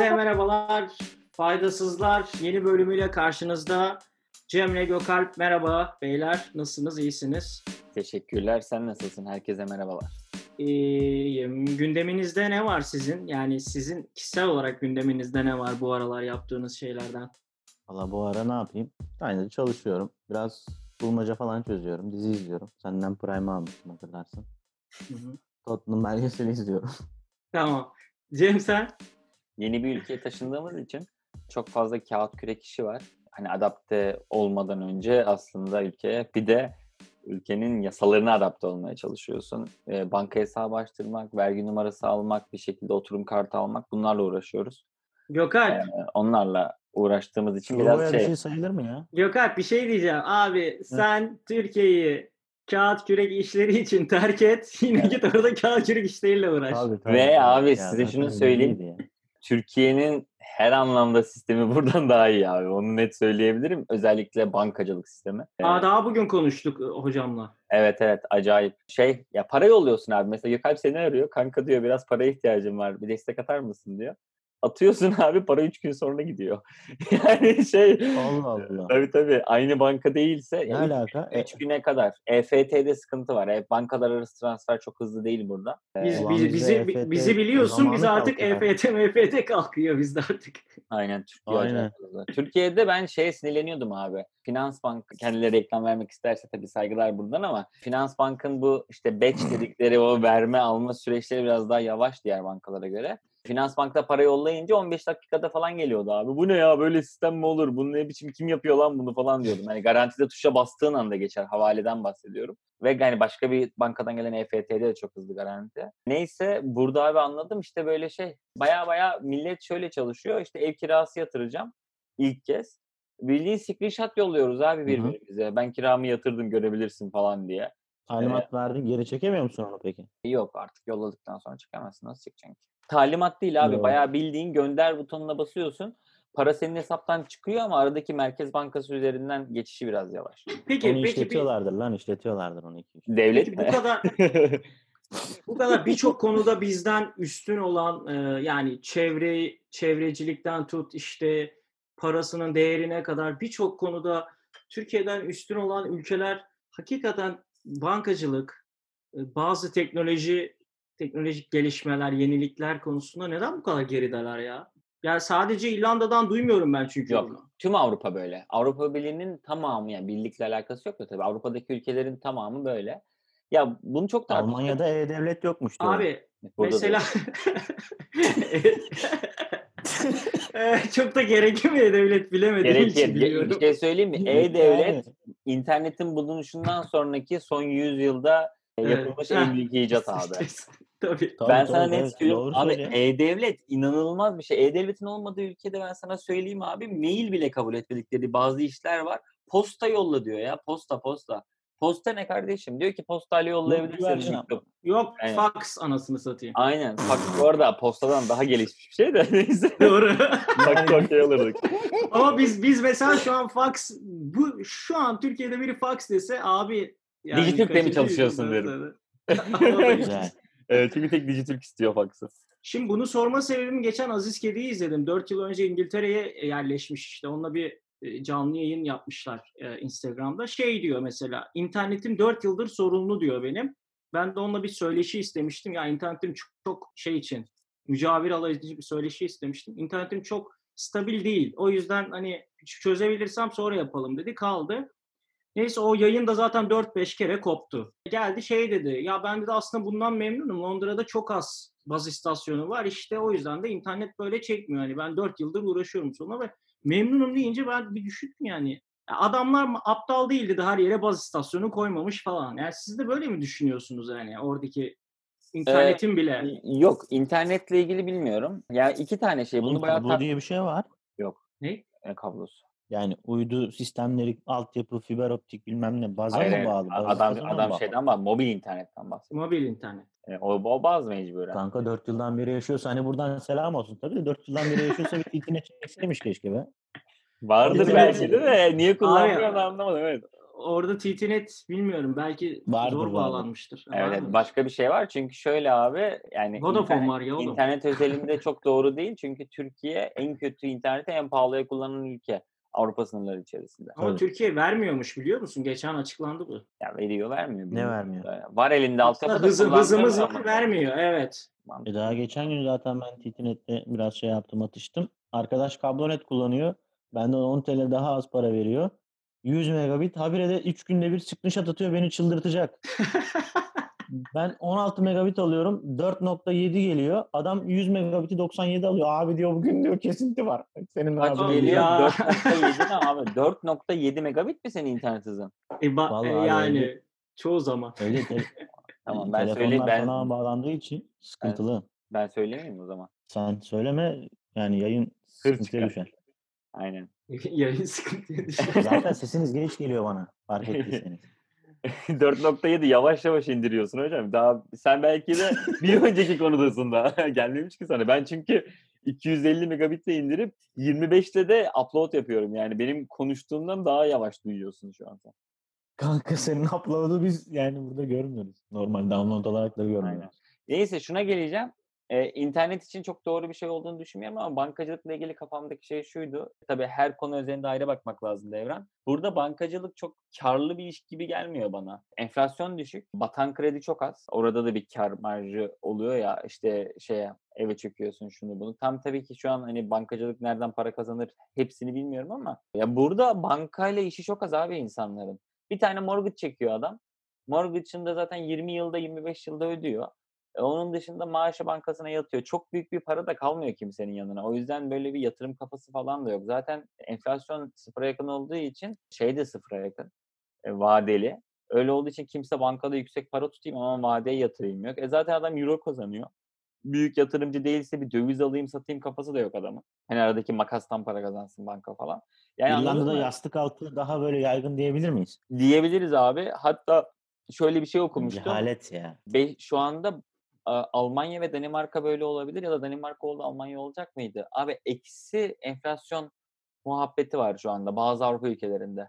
Herkese merhabalar. Faydasızlar yeni bölümüyle karşınızda. Cemre Gökalp, merhaba beyler. Nasılsınız? İyisiniz? Teşekkürler. Sen nasılsın? Herkese merhabalar. Gündeminizde ne var sizin? Yani sizin kişisel olarak gündeminizde ne var bu aralar yaptığınız şeylerden? Valla bu ara ne yapayım? Aynı çalışıyorum. Biraz bulmaca falan çözüyorum. Dizi izliyorum. Senden Prime'ı almıştım, hatırlarsın. Hı-hı. Tottenham belgeseli izliyorum. Tamam. Cem sen? Yeni bir ülkeye taşındığımız için çok fazla kağıt kürek işi var. Hani adapte olmadan önce aslında ülkeye, bir de ülkenin yasalarına adapte olmaya çalışıyorsun. Banka hesabı açtırmak, vergi numarası almak, bir şekilde oturum kartı almak, bunlarla uğraşıyoruz. Gökalp. Onlarla uğraştığımız için Provaya biraz bir şey sayılır mı ya? Gökalp bir şey diyeceğim. Abi sen Türkiye'yi kağıt kürek işleri için terk et. Yine git orada kağıt kürek işleriyle uğraş. Tabii. Ve abi Ya, size şunu zaten söyleyeyim. belliydi ya. Türkiye'nin her anlamda sistemi buradan daha iyi abi. Onu net söyleyebilirim. Özellikle bankacılık sistemi. Daha bugün konuştuk hocamla. Evet acayip. Ya para yolluyorsun abi. Mesela Gökalp seni arıyor. Kanka diyor biraz paraya ihtiyacım var. Bir destek atar mısın diyor. Atıyorsun abi, para 3 gün sonra gidiyor. Yani Allah Allah. Tabii. Aynı banka değilse Ne alaka? 3 güne kadar. EFT'de sıkıntı var. Bankalar arası transfer çok hızlı değil burada. Bizi biliyorsun, biz artık EFT kalkıyor bizde artık. Aynen, Türkiye Aynen. acayip. Türkiye'de ben sinirleniyordum abi. Finansbank kendileri reklam vermek isterse tabii saygılar buradan, ama Finansbank'ın bu batch dedikleri o verme alma süreçleri biraz daha yavaş diğer bankalara göre. Finansbank'ta para yollayınca 15 dakikada falan geliyordu abi. Bu ne ya, böyle sistem mi olur? Bunu ne biçim, kim yapıyor lan bunu falan diyordum. Hani garantide tuşa bastığın anda geçer. Havaleden bahsediyorum. Ve yani başka bir bankadan gelen EFT'de de çok hızlı garanti. Neyse burada abi anladım böyle baya millet şöyle çalışıyor. Ev kirası yatıracağım ilk kez. Bildiğin screenshot yolluyoruz abi birbirimize. Hı-hı. Ben kiramı yatırdım, görebilirsin falan diye. Talimat verdin, geri çekemiyor musun onu peki? Yok, artık yolladıktan sonra çekemezsin. Nasıl çekeceksin ki? Talimat değil abi. Bayağı bildiğin gönder butonuna basıyorsun. Para senin hesaptan çıkıyor ama aradaki Merkez Bankası üzerinden geçişi biraz yavaş. Onu işletiyorlardır onu. Devlet peki, mi? Bu kadar birçok konuda bizden üstün olan yani çevrecilikten tut parasının değerine kadar birçok konuda Türkiye'den üstün olan ülkeler hakikaten bankacılık, bazı teknolojik gelişmeler, yenilikler konusunda neden bu kadar gerideler ya? Yani sadece İrlanda'dan duymuyorum ben çünkü Yok, bunu. tüm Avrupa böyle. Avrupa Birliği'nin tamamı, yani birlikle alakası yok da tabii, Avrupa'daki ülkelerin tamamı böyle. Ya bunu çok tartıştık. Almanya'da e-devlet yokmuş diyor. Abi mesela çok da gerekli mi e-devlet, bilemediğim için biliyorum. Bir şey söyleyeyim mi? E-devlet internetin bulunuşundan sonraki son 100 yılda yapılmış en büyük icat abi. Tabii. Ben sana net söylüyorum. Abi e-devlet inanılmaz bir şey. E-devletin olmadığı ülkede ben sana söyleyeyim abi, mail bile kabul etmedikleri bazı işler var. Posta yolla diyor ya. Posta. Posta ne kardeşim? Diyor ki postayla yollayabilirsin. Yok, fax anasını satayım. Aynen. Fax bu arada postadan daha gelişmiş bir şey de neyse. Doğru. Fax okey alırdık. Ama biz mesela şu an şu an Türkiye'de biri fax dese abi yani Dijitürk'te mi çalışıyorsun derim. Güzel. Evet, çünkü tek Dijitürk istiyor fax'ı. Şimdi bunu sorma sebebim, geçen Aziz Kedi'yi izledim. 4 yıl önce İngiltere'ye yerleşmiş. Onunla bir canlı yayın yapmışlar Instagram'da. Diyor mesela, internetim 4 yıldır sorunlu diyor benim. Ben de onunla bir söyleşi istemiştim. Ya internetim çok için, mücavir alıcı bir söyleşi istemiştim. İnternetim çok stabil değil. O yüzden hani çözebilirsem sonra yapalım dedi. Kaldı. Neyse, o yayın da zaten 4-5 kere koptu. Geldi dedi. Ya ben de aslında bundan memnunum. Londra'da çok az baz istasyonu var. O yüzden de internet böyle çekmiyor. Hani ben 4 yıldır uğraşıyorum sonra ve memnunum deyince ben bir düşündüm yani. Adamlar aptal değildi de her yere baz istasyonu koymamış falan. Yani siz de böyle mi düşünüyorsunuz yani oradaki internetin bile? Yok, internetle ilgili bilmiyorum. Yani 2 tane şey. Bunu bayağı kablo diye bir şey var. Yok. Ne? Kablosu. Yani uydu sistemleri, altyapı, fiber optik bilmem ne baza mı bağlı? Adam şeyden bahsediyor. Mobil internetten bahsediyor. Mobil internet. O baz mecburen. Kanka 4 yıldan beri yaşıyorsa hani buradan selam olsun. Tabii de 4 yıldan beri yaşıyorsa bir internet çekseymiş keşke be. Vardır belki de niye kullanmıyor anlamadım. Evet. orada TT.net bilmiyorum. Belki Vardır, zor vardır. bağlanmıştır. Var Evet, mı? başka bir şey var. Çünkü şöyle abi, yani Vodafone var ya oğlum. internet özelinde çok doğru değil. Çünkü Türkiye en kötü interneti en pahalıya kullanan ülke Avrupa sınırları içerisinde. Ama Tabii. Türkiye vermiyormuş biliyor musun? Geçen açıklandı bu. Ya veriyor, vermiyor. Ne bilmiyorum vermiyor? da. Var elinde altyapı da Hızımız var, kullandıramıyor. vermiyor. Evet. Daha geçen gün zaten ben TT.net'te biraz şey yaptım, atıştım. Arkadaş kablonet kullanıyor. Benden 10 TL daha az para veriyor. 100 megabit. Habire de 3 günde bir screenshot atıyor, beni çıldırtacak. Ben 16 megabit alıyorum. 4.7 geliyor. Adam 100 megabiti 97 alıyor. Abi diyor, bugün diyor kesinti var. Senin Kaç abi geliyor? Ya. 4.7 ne abi? 4.7 megabit mi senin internet hızın? Vallahi abi yani çoğu zaman. öyle Tamam, ben telefonlar falan bağlandığı için sıkıntılı. ben söylemeyeyim o zaman. Sen söyleme, yani yayın Hır sıkıntıya çıkar. düşer. Aynen. Yayın sıkıntıya düşüyor. Zaten sesiniz geç geliyor bana, fark ettiyseniz. 4.7 yavaş yavaş indiriyorsun hocam. Daha sen belki de bir önceki konudasın daha. Gelmemiş ki sana. Ben çünkü 250 megabitle indirip 25'te de upload yapıyorum. Yani benim konuştuğumdan daha yavaş duyuyorsun şu an sen. Kanka senin upload'u biz yani burada görmüyoruz. Normal download olarak da görmüyoruz. Aynen. Neyse, şuna geleceğim. İnternet için çok doğru bir şey olduğunu düşünmüyorum ama bankacılıkla ilgili kafamdaki şey şuydu. Tabii her konu üzerinde ayrı bakmak lazım Devran. Burada bankacılık çok karlı bir iş gibi gelmiyor bana. Enflasyon düşük, batan kredi çok az. Orada da bir kar marjı oluyor ya, işte eve çöküyorsun şunu bunu. Tam tabii ki şu an hani bankacılık nereden para kazanır hepsini bilmiyorum ama ya burada bankayla işi çok az abi insanların. Bir tane mortgage çekiyor adam. Mortgage'ını da zaten 20 yılda 25 yılda ödüyor. Onun dışında maaşı bankasına yatıyor. Çok büyük bir para da kalmıyor kimsenin yanına. O yüzden böyle bir yatırım kafası falan da yok. Zaten enflasyon sıfıra yakın olduğu için de sıfıra yakın. Vadeli. Öyle olduğu için kimse bankada yüksek para tutayım ama vadeye yatırayım yok. Zaten adam euro kazanıyor. Büyük yatırımcı değilse bir döviz alayım satayım kafası da yok adamın. Hani aradaki makastan para kazansın banka falan. Yani anladın İrlanda'da mı? yastık altı daha böyle yaygın diyebilir miyiz? Diyebiliriz abi. Hatta şöyle bir şey okumuştum. Cehalet ya. Şu anda Almanya ve Danimarka böyle olabilir ya da Danimarka oldu, Almanya olacak mıydı? Abi eksi enflasyon muhabbeti var şu anda bazı Avrupa ülkelerinde.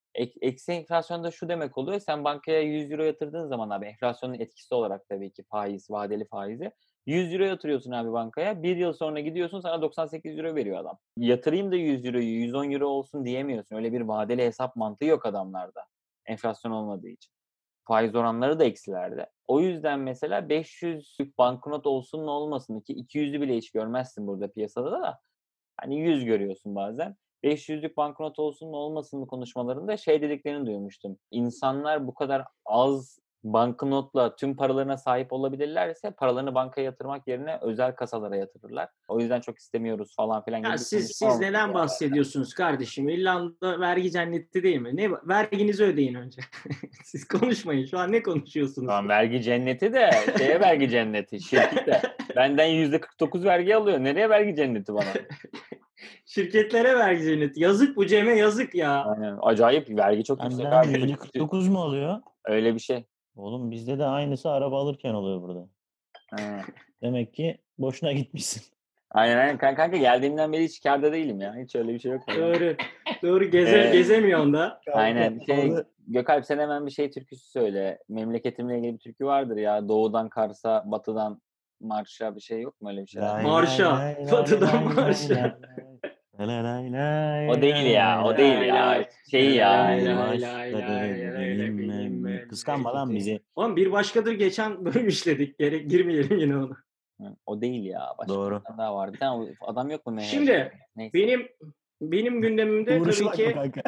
Eksi enflasyonda şu demek oluyor. Sen bankaya 100 euro yatırdığın zaman abi, enflasyonun etkisi olarak tabii ki faiz, vadeli faizi. 100 euro yatırıyorsun abi bankaya. Bir yıl sonra gidiyorsun, sana 98 euro veriyor adam. Yatırayım da 100 euroyu 110 euro olsun diyemiyorsun. Öyle bir vadeli hesap mantığı yok adamlarda. Enflasyon olmadığı için. Faiz oranları da eksilerde. O yüzden mesela 500'lük banknot olsun ne olmasın ki 200'ü bile hiç görmezsin burada piyasada da. Hani 100 görüyorsun bazen. 500'lük banknot olsun mu olmasın mı konuşmalarında dediklerini duymuştum. İnsanlar bu kadar az banknotla tüm paralarına sahip olabilirlerse paralarını bankaya yatırmak yerine özel kasalara yatırırlar. O yüzden çok istemiyoruz falan filan gibi Ya bir siz konuşma olmuş neden yani. bahsediyorsunuz kardeşim? İrlanda vergi cenneti değil mi? Ne verginizi ödeyin önce. Siz konuşmayın. Şu an ne konuşuyorsunuz? Tamam, vergi cenneti de vergi cenneti. Şirket de benden %49 vergi alıyor. Nereye vergi cenneti bana? Şirketlere vergi cenneti. Yazık bu Cem'e, yazık ya. Aynen. Acayip vergi çok yüksek Benden abi. %49 mu alıyor? Öyle bir şey. Oğlum bizde de aynısı araba alırken oluyor burada. Ha. Demek ki boşuna gitmişsin. Aynen. Kanka geldiğimden beri hiç kârda değilim ya. Hiç öyle bir şey yok. Doğru Ee, gezemiyorsun da. Aynen. orada- Gökalp sen hemen bir türküsü söyle. Memleketimle ilgili bir türkü vardır ya. Doğudan Kars'a, batıdan Marş'a bir şey yok mu öyle bir şeyler? Lay Marşa. lay lay Batıdan lay lay marşa. lay lay lay lay O değil ya. lay O lay. değil ya. ya. Bir Lay, başkadır kıskanma lan bizi. Oğlum bir başkadır geçen bölüm işledik. Gerek girmeyelim yine ona. O değil ya. Başka Doğru. bir tane daha var. Bir tane adam yok mu MHP? Şimdi Neyse. benim gündemimde Uğur tabii Işılak mı ki kanka?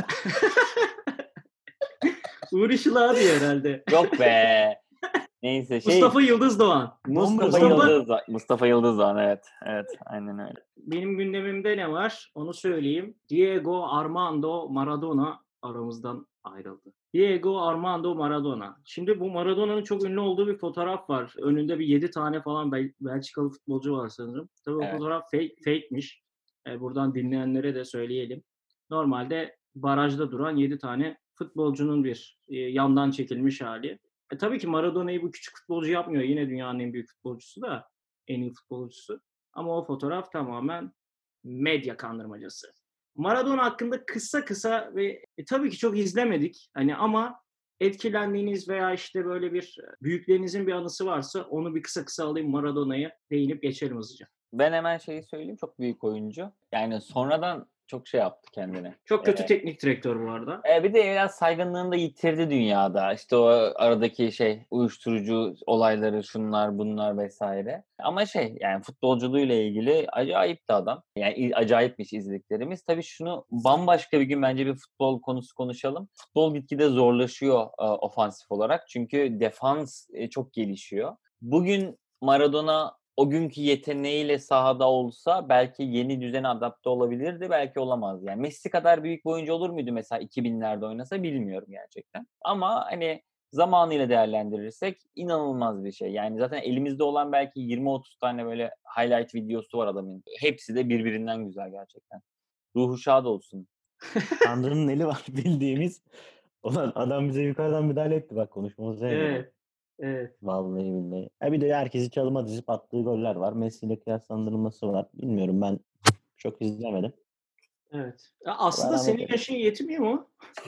Uğur Işılak diyor herhalde. Yok be. Neyse Mustafa Yıldız Doğan. Mustafa Yıldız Doğan, evet. Evet, aynen öyle. Benim gündemimde ne var? Onu söyleyeyim. Diego Armando Maradona aramızdan ayrıldı. Diego Armando Maradona. Şimdi bu Maradona'nın çok ünlü olduğu bir fotoğraf var. Önünde bir 7 tane falan Belçikalı futbolcu var sanırım. Tabii o Evet. fotoğraf fake'miş. Buradan dinleyenlere de söyleyelim. Normalde barajda duran 7 tane futbolcunun bir yandan çekilmiş hali. Tabii ki Maradona'yı bu küçük futbolcu yapmıyor. Yine dünyanın en büyük futbolcusu da, en iyi futbolcusu. Ama o fotoğraf tamamen medya kandırmacası. Maradona hakkında kısa kısa ve tabii ki çok izlemedik hani ama etkilendiğiniz veya işte böyle bir büyüklerinizin bir anısı varsa onu bir kısa kısa alayım Maradona'ya değinip geçelim hızlıca. Ben hemen şeyi söyleyeyim, çok büyük oyuncu. Yani sonradan çok şey yaptı kendine. Çok kötü teknik direktör bu arada. Bir de biraz saygınlığını da yitirdi dünyada. İşte o aradaki uyuşturucu olayları, şunlar bunlar vesaire. Ama yani futbolculuğuyla ilgili acayipti adam. Yani acayipmiş izlediklerimiz. Tabii şunu bambaşka bir gün bence bir futbol konusu konuşalım. Futbol gitgide zorlaşıyor ofansif olarak. Çünkü defans çok gelişiyor. Bugün Maradona o günkü yeteneğiyle sahada olsa belki yeni düzene adapte olabilirdi, belki olamazdı. Yani Messi kadar büyük bir oyuncu olur muydu mesela 2000'lerde oynasa bilmiyorum gerçekten. Ama hani zamanıyla değerlendirirsek inanılmaz bir şey. Yani zaten elimizde olan belki 20-30 tane böyle highlight videosu var adamın. Hepsi de birbirinden güzel gerçekten. Ruhu şad olsun. Tanrı'nın eli var bildiğimiz. Ulan adam bize yukarıdan müdahale etti bak konuşmamıza engel oldu. Evet. Evet. Vallahi billahi. Bir de herkesi çalıma dizip attığı goller var. Messi ile kıyaslandırılması var. Bilmiyorum ben çok izlemedim. Evet. Allah Aslında rahmet senin eylesin. yaşın yetmiyor mu?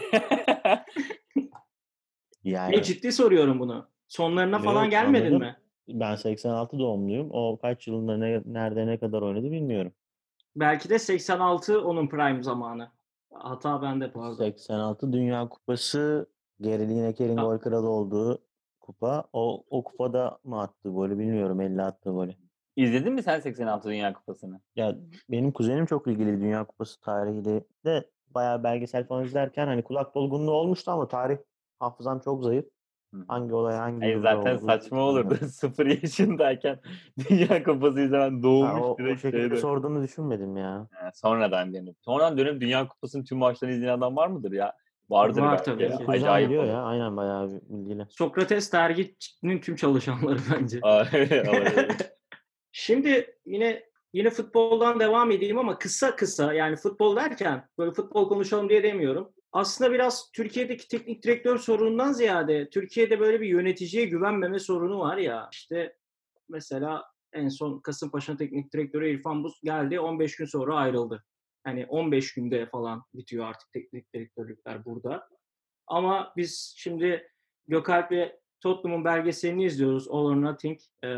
Yani Ciddi soruyorum bunu. Sonlarına falan yok gelmedin anladım. mi? Ben 86 doğumluyum. O kaç yılında nerede ne kadar oynadı bilmiyorum. Belki de 86 onun prime zamanı. Hata bende pardon. 86 Dünya Kupası Gary Lineker'in Ya, gol kralı olduğu kupa. O kupada mı attı golü bilmiyorum. 50 attı golü. İzledin mi sen 86 Dünya Kupası'nı? Ya benim kuzenim çok ilgili Dünya Kupası tarihiyle de bayağı belgesel falan izlerken hani kulak dolgunluğu olmuştu ama tarih hafızam çok zayıf. Hı hı. Hangi olay hangi Hayır, yılda zaten oldu saçma olurdu. hatırlamıyorum. 0 yaşındayken Dünya Kupası izlemen Ha, doğmuş o direkt şekilde şeyde. sorduğunu düşünmedim ya. Sonradan dönüp. Sonradan dönüp Dünya Kupası'nın tüm maçlarını izleyen adam var mıdır ya? Vardır var belki tabii Benim ya. ki. kuzen Acayip biliyor olur. ya. Aynen bayağı bilgili. Sokrates derginin tüm çalışanları bence. Olabilir. Şimdi yine futboldan devam edeyim ama kısa kısa yani futbol derken böyle futbol konuşalım diye demiyorum. Aslında biraz Türkiye'deki teknik direktör sorunundan ziyade Türkiye'de böyle bir yöneticiye güvenmeme sorunu var ya. İşte mesela en son Kasımpaşa teknik direktörü İrfan Buz geldi 15 gün sonra ayrıldı. Hani 15 günde falan bitiyor artık teknik direktörlükler burada. Ama biz şimdi Gökalp'le Tottenham'ın belgeselini izliyoruz. All or Nothing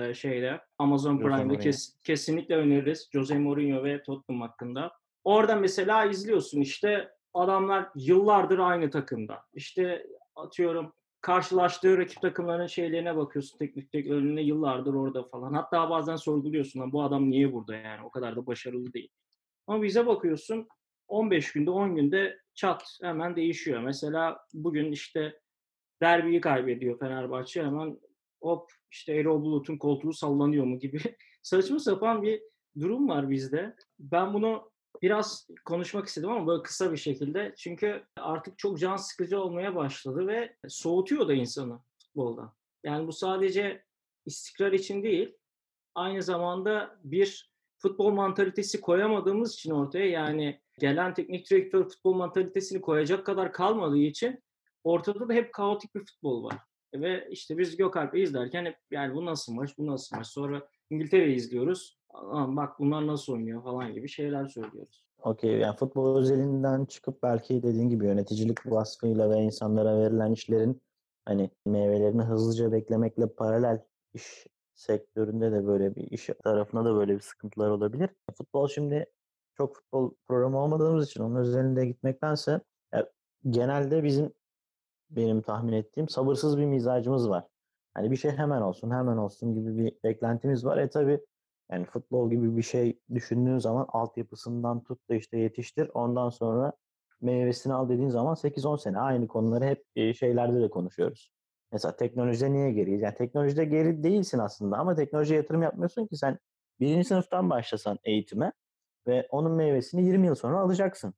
Amazon Jose Prime'da Mourinho. kesinlikle öneririz. Jose Mourinho ve Tottenham hakkında. Orada mesela izliyorsun işte adamlar yıllardır aynı takımda. İşte atıyorum karşılaştığı rakip takımların şeylerine bakıyorsun. Teknik direktörlerine yıllardır orada falan. Hatta bazen sorguluyorsun lan bu adam niye burada yani o kadar da başarılı değil. Ama bize bakıyorsun 15 günde 10 günde çat hemen değişiyor. Mesela bugün işte derbiyi kaybediyor Fenerbahçe hemen hop işte Erol Bulut'un koltuğu sallanıyor mu gibi saçma sapan bir durum var bizde. Ben bunu biraz konuşmak istedim ama böyle kısa bir şekilde. Çünkü artık çok can sıkıcı olmaya başladı ve soğutuyor da insanı futboldan. Yani bu sadece istikrar için değil, aynı zamanda bir futbol mantalitesi koyamadığımız için ortaya yani gelen teknik direktör futbol mantalitesini koyacak kadar kalmadığı için ortada da hep kaotik bir futbol var. Ve işte biz Gökalp'i izlerken hep yani bu nasıl maç, bu nasıl maç. Sonra İngiltere'yi izliyoruz. Bak bunlar nasıl oynuyor falan gibi şeyler söylüyoruz. Okey yani futbol özelinden çıkıp belki dediğin gibi yöneticilik vasfıyla ve insanlara verilen işlerin hani meyvelerini hızlıca beklemekle paralel iş sektöründe de böyle bir iş tarafına da böyle bir sıkıntılar olabilir. Futbol şimdi çok futbol programı olmadığımız için onun özelinde gitmektense ya, genelde benim tahmin ettiğim sabırsız bir mizacımız var. Hani bir şey hemen olsun, hemen olsun gibi bir beklentimiz var. Tabii yani futbol gibi bir şey düşündüğün zaman altyapısından tut da işte yetiştir. Ondan sonra meyvesini al dediğin zaman 8-10 sene aynı konuları hep şeylerde de konuşuyoruz. Mesela teknolojide niye geriyiz? Yani teknolojide geri değilsin aslında ama teknolojiye yatırım yapmıyorsun ki sen birinci sınıftan başlasan eğitime ve onun meyvesini 20 yıl sonra alacaksın.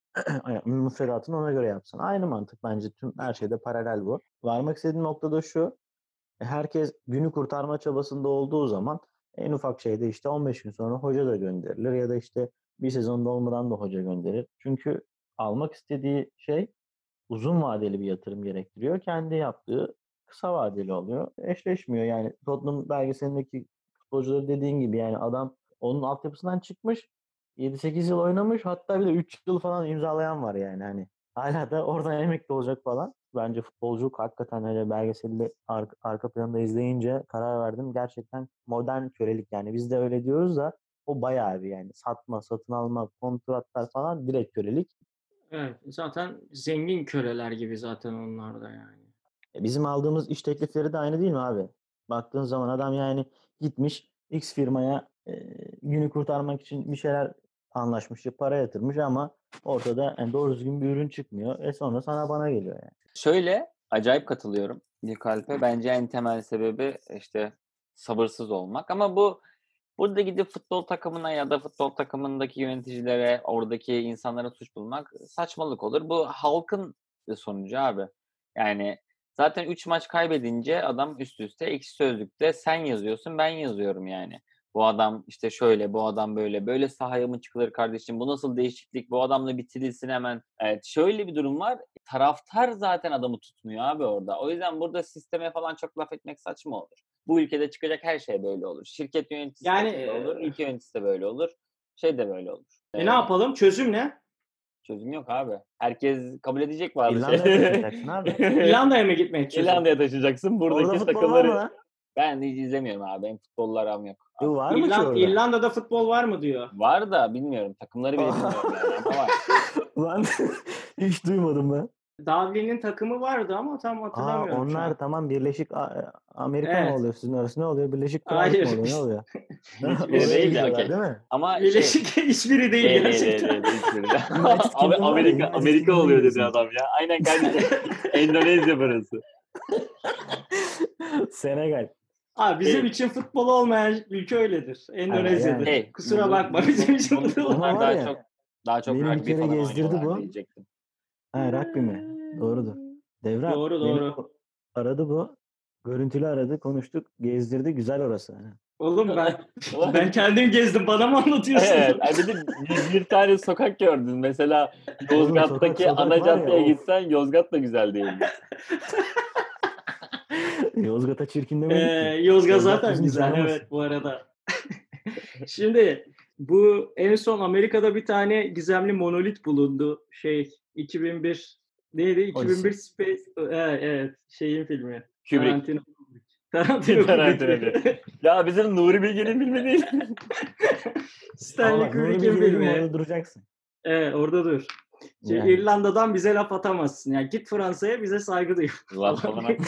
Müfredatını ona göre yapsın. Aynı mantık bence tüm her şeyde paralel bu. Varmak istediğim nokta da şu. Herkes günü kurtarma çabasında olduğu zaman en ufak şeyde işte 15 gün sonra hoca da gönderilir ya da işte bir sezonda olmadan da hoca gönderir. Çünkü almak istediği şey uzun vadeli bir yatırım gerektiriyor. Kendi yaptığı kısa vadeli oluyor. Eşleşmiyor yani Tottenham belgeselindeki futbolcuları dediğin gibi yani adam onun altyapısından çıkmış. 7-8 yıl oynamış, hatta bir de 3 yıl falan imzalayan var yani hani. Hala da oradan emekli olacak falan. Bence futbolculuk hakikaten öyle belgeselde arka planda izleyince karar verdim. Gerçekten modern kölelik yani. Biz de öyle diyoruz da o bayağı bir yani. Satma, satın alma, kontratlar falan direkt kölelik. Evet, zaten zengin köleler gibi zaten onlar da yani. Bizim aldığımız iş teklifleri de aynı değil mi abi? Baktığın zaman adam yani gitmiş X firmaya günü kurtarmak için bir şeyler anlaşmış, para yatırmış ama ortada yani doğru düzgün bir ürün çıkmıyor. Sonra sana bana geliyor yani. Şöyle acayip katılıyorum İlk Alp'e. Bence en temel sebebi işte sabırsız olmak. Ama burada gidip futbol takımına ya da futbol takımındaki yöneticilere, oradaki insanlara suç bulmak saçmalık olur. Bu halkın sonucu abi. Yani zaten 3 maç kaybedince adam üst üste ekşi sözlükte sen yazıyorsun, ben yazıyorum yani. Bu adam işte şöyle, bu adam böyle. Böyle sahaya mı çıkılır kardeşim? Bu nasıl değişiklik? Bu adamla bitirilsin hemen. Evet, şöyle bir durum var. Taraftar zaten adamı tutmuyor abi orada. O yüzden burada sisteme falan çok laf etmek saçma olur. Bu ülkede çıkacak her şey böyle olur. Şirket yöneticisi Yani de böyle olur, ülke yöneticisi de böyle olur. Şey de böyle olur. ne yapalım? Çözüm ne? Çözüm yok abi. Herkes kabul edecek bazı İrlanda'ya şeyleri. taşınacaksın abi. İrlanda'ya mı gitmek çözüm? İrlanda'ya taşınacaksın. Orada Buradaki futbol var mı takımları lan? ben hiç izlemiyorum abi. Benim futbolla aram yok. Abi. Var mı ki orada? İrlanda'da futbol var mı diyor. Var da bilmiyorum. Takımları bile bilmiyorum yani ama var. Lan hiç duymadım ben. Dublin'in takımı vardı ama tam hatırlamıyorum şu Onlar an. tamam Birleşik Amerika mı Evet. oluyor sizin orası? Ne oluyor? Birleşik Krallık Hayır. mı oluyor? Ne oluyor? Hiçbiri Oraya değil de gidiyorlar okey. değil mi? Ama Birleşik hiçbiri değil Değil. gerçekten. Hiçbiri. United Kingdom var ya, United Amerika Kingdom'a oluyor dedi gidiyorsunuz. adam ya. Aynen kardeşim. Endonezya burası. Senegal. Abi bizim için futbol olmayan ülke öyledir. Endonezya'dır. Yani. Kusura bakma bizim için futbol. Ama Bunlar var ya, daha çok beni bir rugby kere falan gezdirdi oynuyorlar bu. diyecektim. Ha, rugby mi? Doğrudur. Devran Doğru beni doğru. aradı bu. Görüntülü aradı, konuştuk. Gezdirdi, güzel orası. Ha. Oğlum ben kendim gezdim. Bana mı anlatıyorsun? Evet. Bir de bir tane sokak gördün. Mesela Oğlum Yozgat'taki sokak ana var ya, caddeye of. gitsen Yozgat da güzel değildi. Yozgat'a çirkin demedik ki. Yozgat Yozgat zaten bizim güzel, canımız. evet, bu arada. Şimdi bu en son Amerika'da bir tane gizemli monolit bulundu. 2001 neydi? 2001 Odyssey. Space evet, şeyin filmi. Kubrick. Tarantino Tarantino diyor. Kubrick. Ya bizim Nuri Bilge'nin filmi değil. Ama Stanley bak Nuri Kubrick'in Bilge dedim, filmi. orada duracaksın. Evet, orada dur. Yani. İrlanda'dan bize laf atamazsın. Yani git Fransa'ya, bize saygı duy. Laf falan at.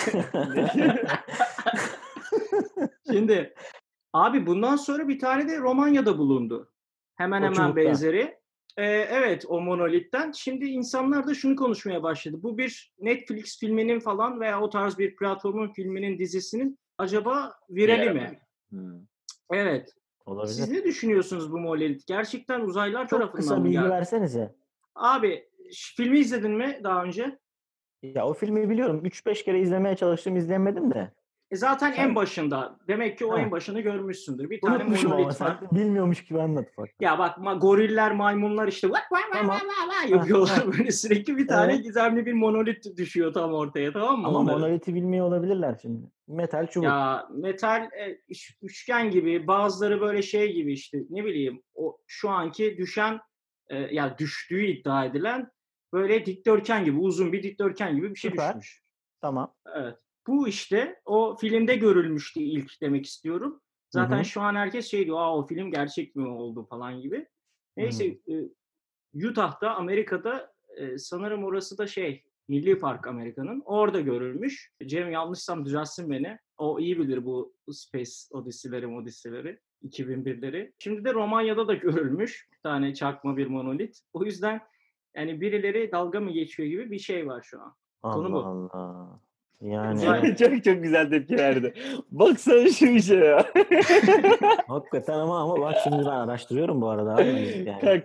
Şimdi abi bundan sonra bir tane de Romanya'da bulundu. Hemen O hemen çubukta. benzeri. Evet, o monolitten. Şimdi insanlar da şunu konuşmaya başladı. Bu bir Netflix filminin falan veya o tarz bir platformun filminin, dizisinin acaba virali mi? Evet. Olabilir. Siz ne düşünüyorsunuz bu monolit? Gerçekten uzaylılar Çok tarafından kısa mı bilgi geldi? versenize. Abi filmi izledin mi daha önce? Ya o filmi biliyorum. 3-5 kere izlemeye çalıştım, izleyemedim de. Zaten en başında. Demek ki o Ha. en başını görmüşsündür. Bir tane Unutmuşum ama monolit sen var. bilmiyormuş gibi anlat bak. Ya bak, goriller, maymunlar işte Tamam. yapıyorlar böyle sürekli, bir tane gizemli bir monolit düşüyor tam ortaya, tamam mı Ama onların? monoliti bilmiyor olabilirler şimdi. Metal çubuk. Ya metal üçgen gibi, bazıları böyle şey gibi işte, ne bileyim, o şu anki düşen ya düştüğü iddia edilen böyle dikdörtgen gibi, uzun bir dikdörtgen gibi bir şey Süper. düşmüş. Tamam. Evet. Bu işte o filmde görülmüştü ilk, demek istiyorum. Zaten Hı-hı. şu an herkes şey diyor, o film gerçek mi oldu falan gibi. Neyse, Utah'ta, Amerika'da, sanırım orası da Milli Park Amerika'nın. Orada görülmüş. Cem yanlışsam düzeltsin beni. O iyi bilir bu Space Odyssey'leri, 2001'leri. Şimdi de Romanya'da da görülmüş. Bir tane çakma bir monolit. O yüzden yani birileri dalga mı geçiyor gibi bir şey var şu an. Konu Allah bu. Allah. Yani Evet. Çok güzel tepki verdi. Baksana şu işe ya. hakikaten ama bak şimdi ben araştırıyorum bu arada abi, biz yani.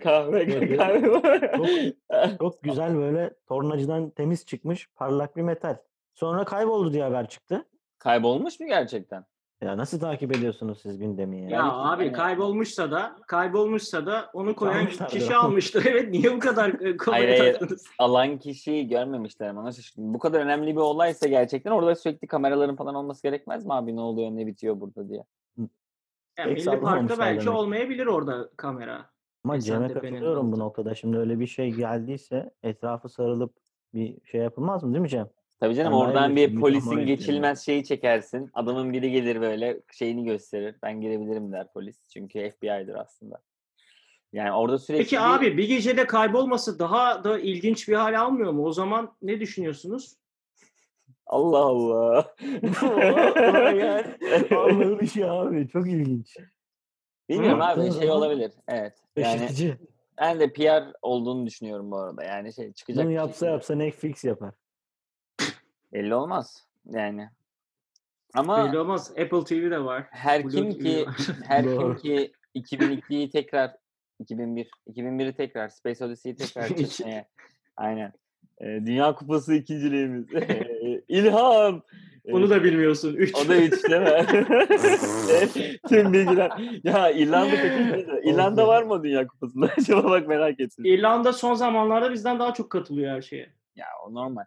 Kahve. Çok güzel böyle tornacıdan temiz çıkmış parlak bir metal. Sonra kayboldu diye haber çıktı. Kaybolmuş mu gerçekten? Ya nasıl takip ediyorsunuz siz gündemi ya? Ya abi kaybolmuşsa da onu koyan Çalmışlardır kişi ama. almıştır. Evet, niye bu kadar kafaya Hayır. taktınız? Alan kişiyi görmemişler ama nasıl? Bu kadar önemli bir olaysa gerçekten orada sürekli kameraların falan olması gerekmez mi abi? Ne oluyor, ne bitiyor burada diye? Ya, Pek Milli Park'ta sallamamışlar belki demek. olmayabilir orada kamera. Ama Cem'e Esentepe'nin katılıyorum bu altı. noktada. Şimdi öyle bir şey geldiyse etrafı sarılıp bir şey yapılmaz mı değil mi Cem? Tabii canım, Sen daha iyi oradan bilirsin bir bu tam polisin o işlerini. geçilmez şeyi çekersin. Adamın biri gelir böyle şeyini gösterir. Ben girebilirim der polis. Çünkü FBI'dir aslında. Yani orada Peki sürekli bir abi bir gecede kaybolması daha da ilginç bir hal almıyor mu? O zaman ne düşünüyorsunuz? Allah Allah. Vay yani. Allah'ın işi abi. Çok ilginç. Bilmiyorum abi, Baktığın şey zaman olabilir. Evet. Yani şaşırtıcı. ben de PR olduğunu düşünüyorum bu arada. Yani şey çıkacak Bunu bir yapsa şekilde. yapsa Netflix yapar. Belli olmaz. Yani. Ama Belli olmaz. Apple TV de var. her Blue kim TV ki var. her kim Doğru. ki 2002'yi tekrar 2001'i tekrar Space Odyssey'yi tekrar çekmeye aynen. Dünya Kupası ikinciliğimiz. İlham. Bunu da bilmiyorsun. O 3. da 3 değil mi? Tüm bilgiler. Ya İrlanda kaçıncıydı? Of İrlanda ya. var mı Dünya Kupası'nda? Acaba bak merak ettim. İrlanda son zamanlarda bizden daha çok katılıyor her şeye. Ya o normal.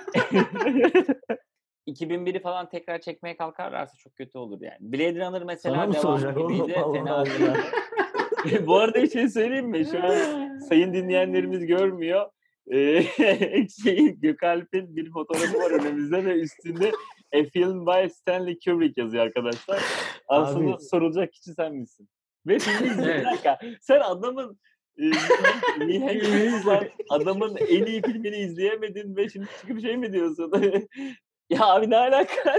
2001'i falan tekrar çekmeye kalkarlarsa çok kötü olur yani. Blade Runner mesela Sana mı devamı soracak oğlum? gibiydi. Allah Fena Allah. değildi. Bu arada bir şey söyleyeyim mi? Şu an sayın dinleyenlerimiz görmüyor. Gökalp'in bir fotoğrafı var önümüzde ve üstünde A Film by Stanley Kubrick yazıyor arkadaşlar. Aslında Abi sorulacak kişi sen misin? Ve filmi izle. Bir Evet. dakika. Sen adamın mihenk olan adamın en iyi filmini izleyemedin ve şimdi çıkıp şey mi diyorsun? Ya abi ne alaka?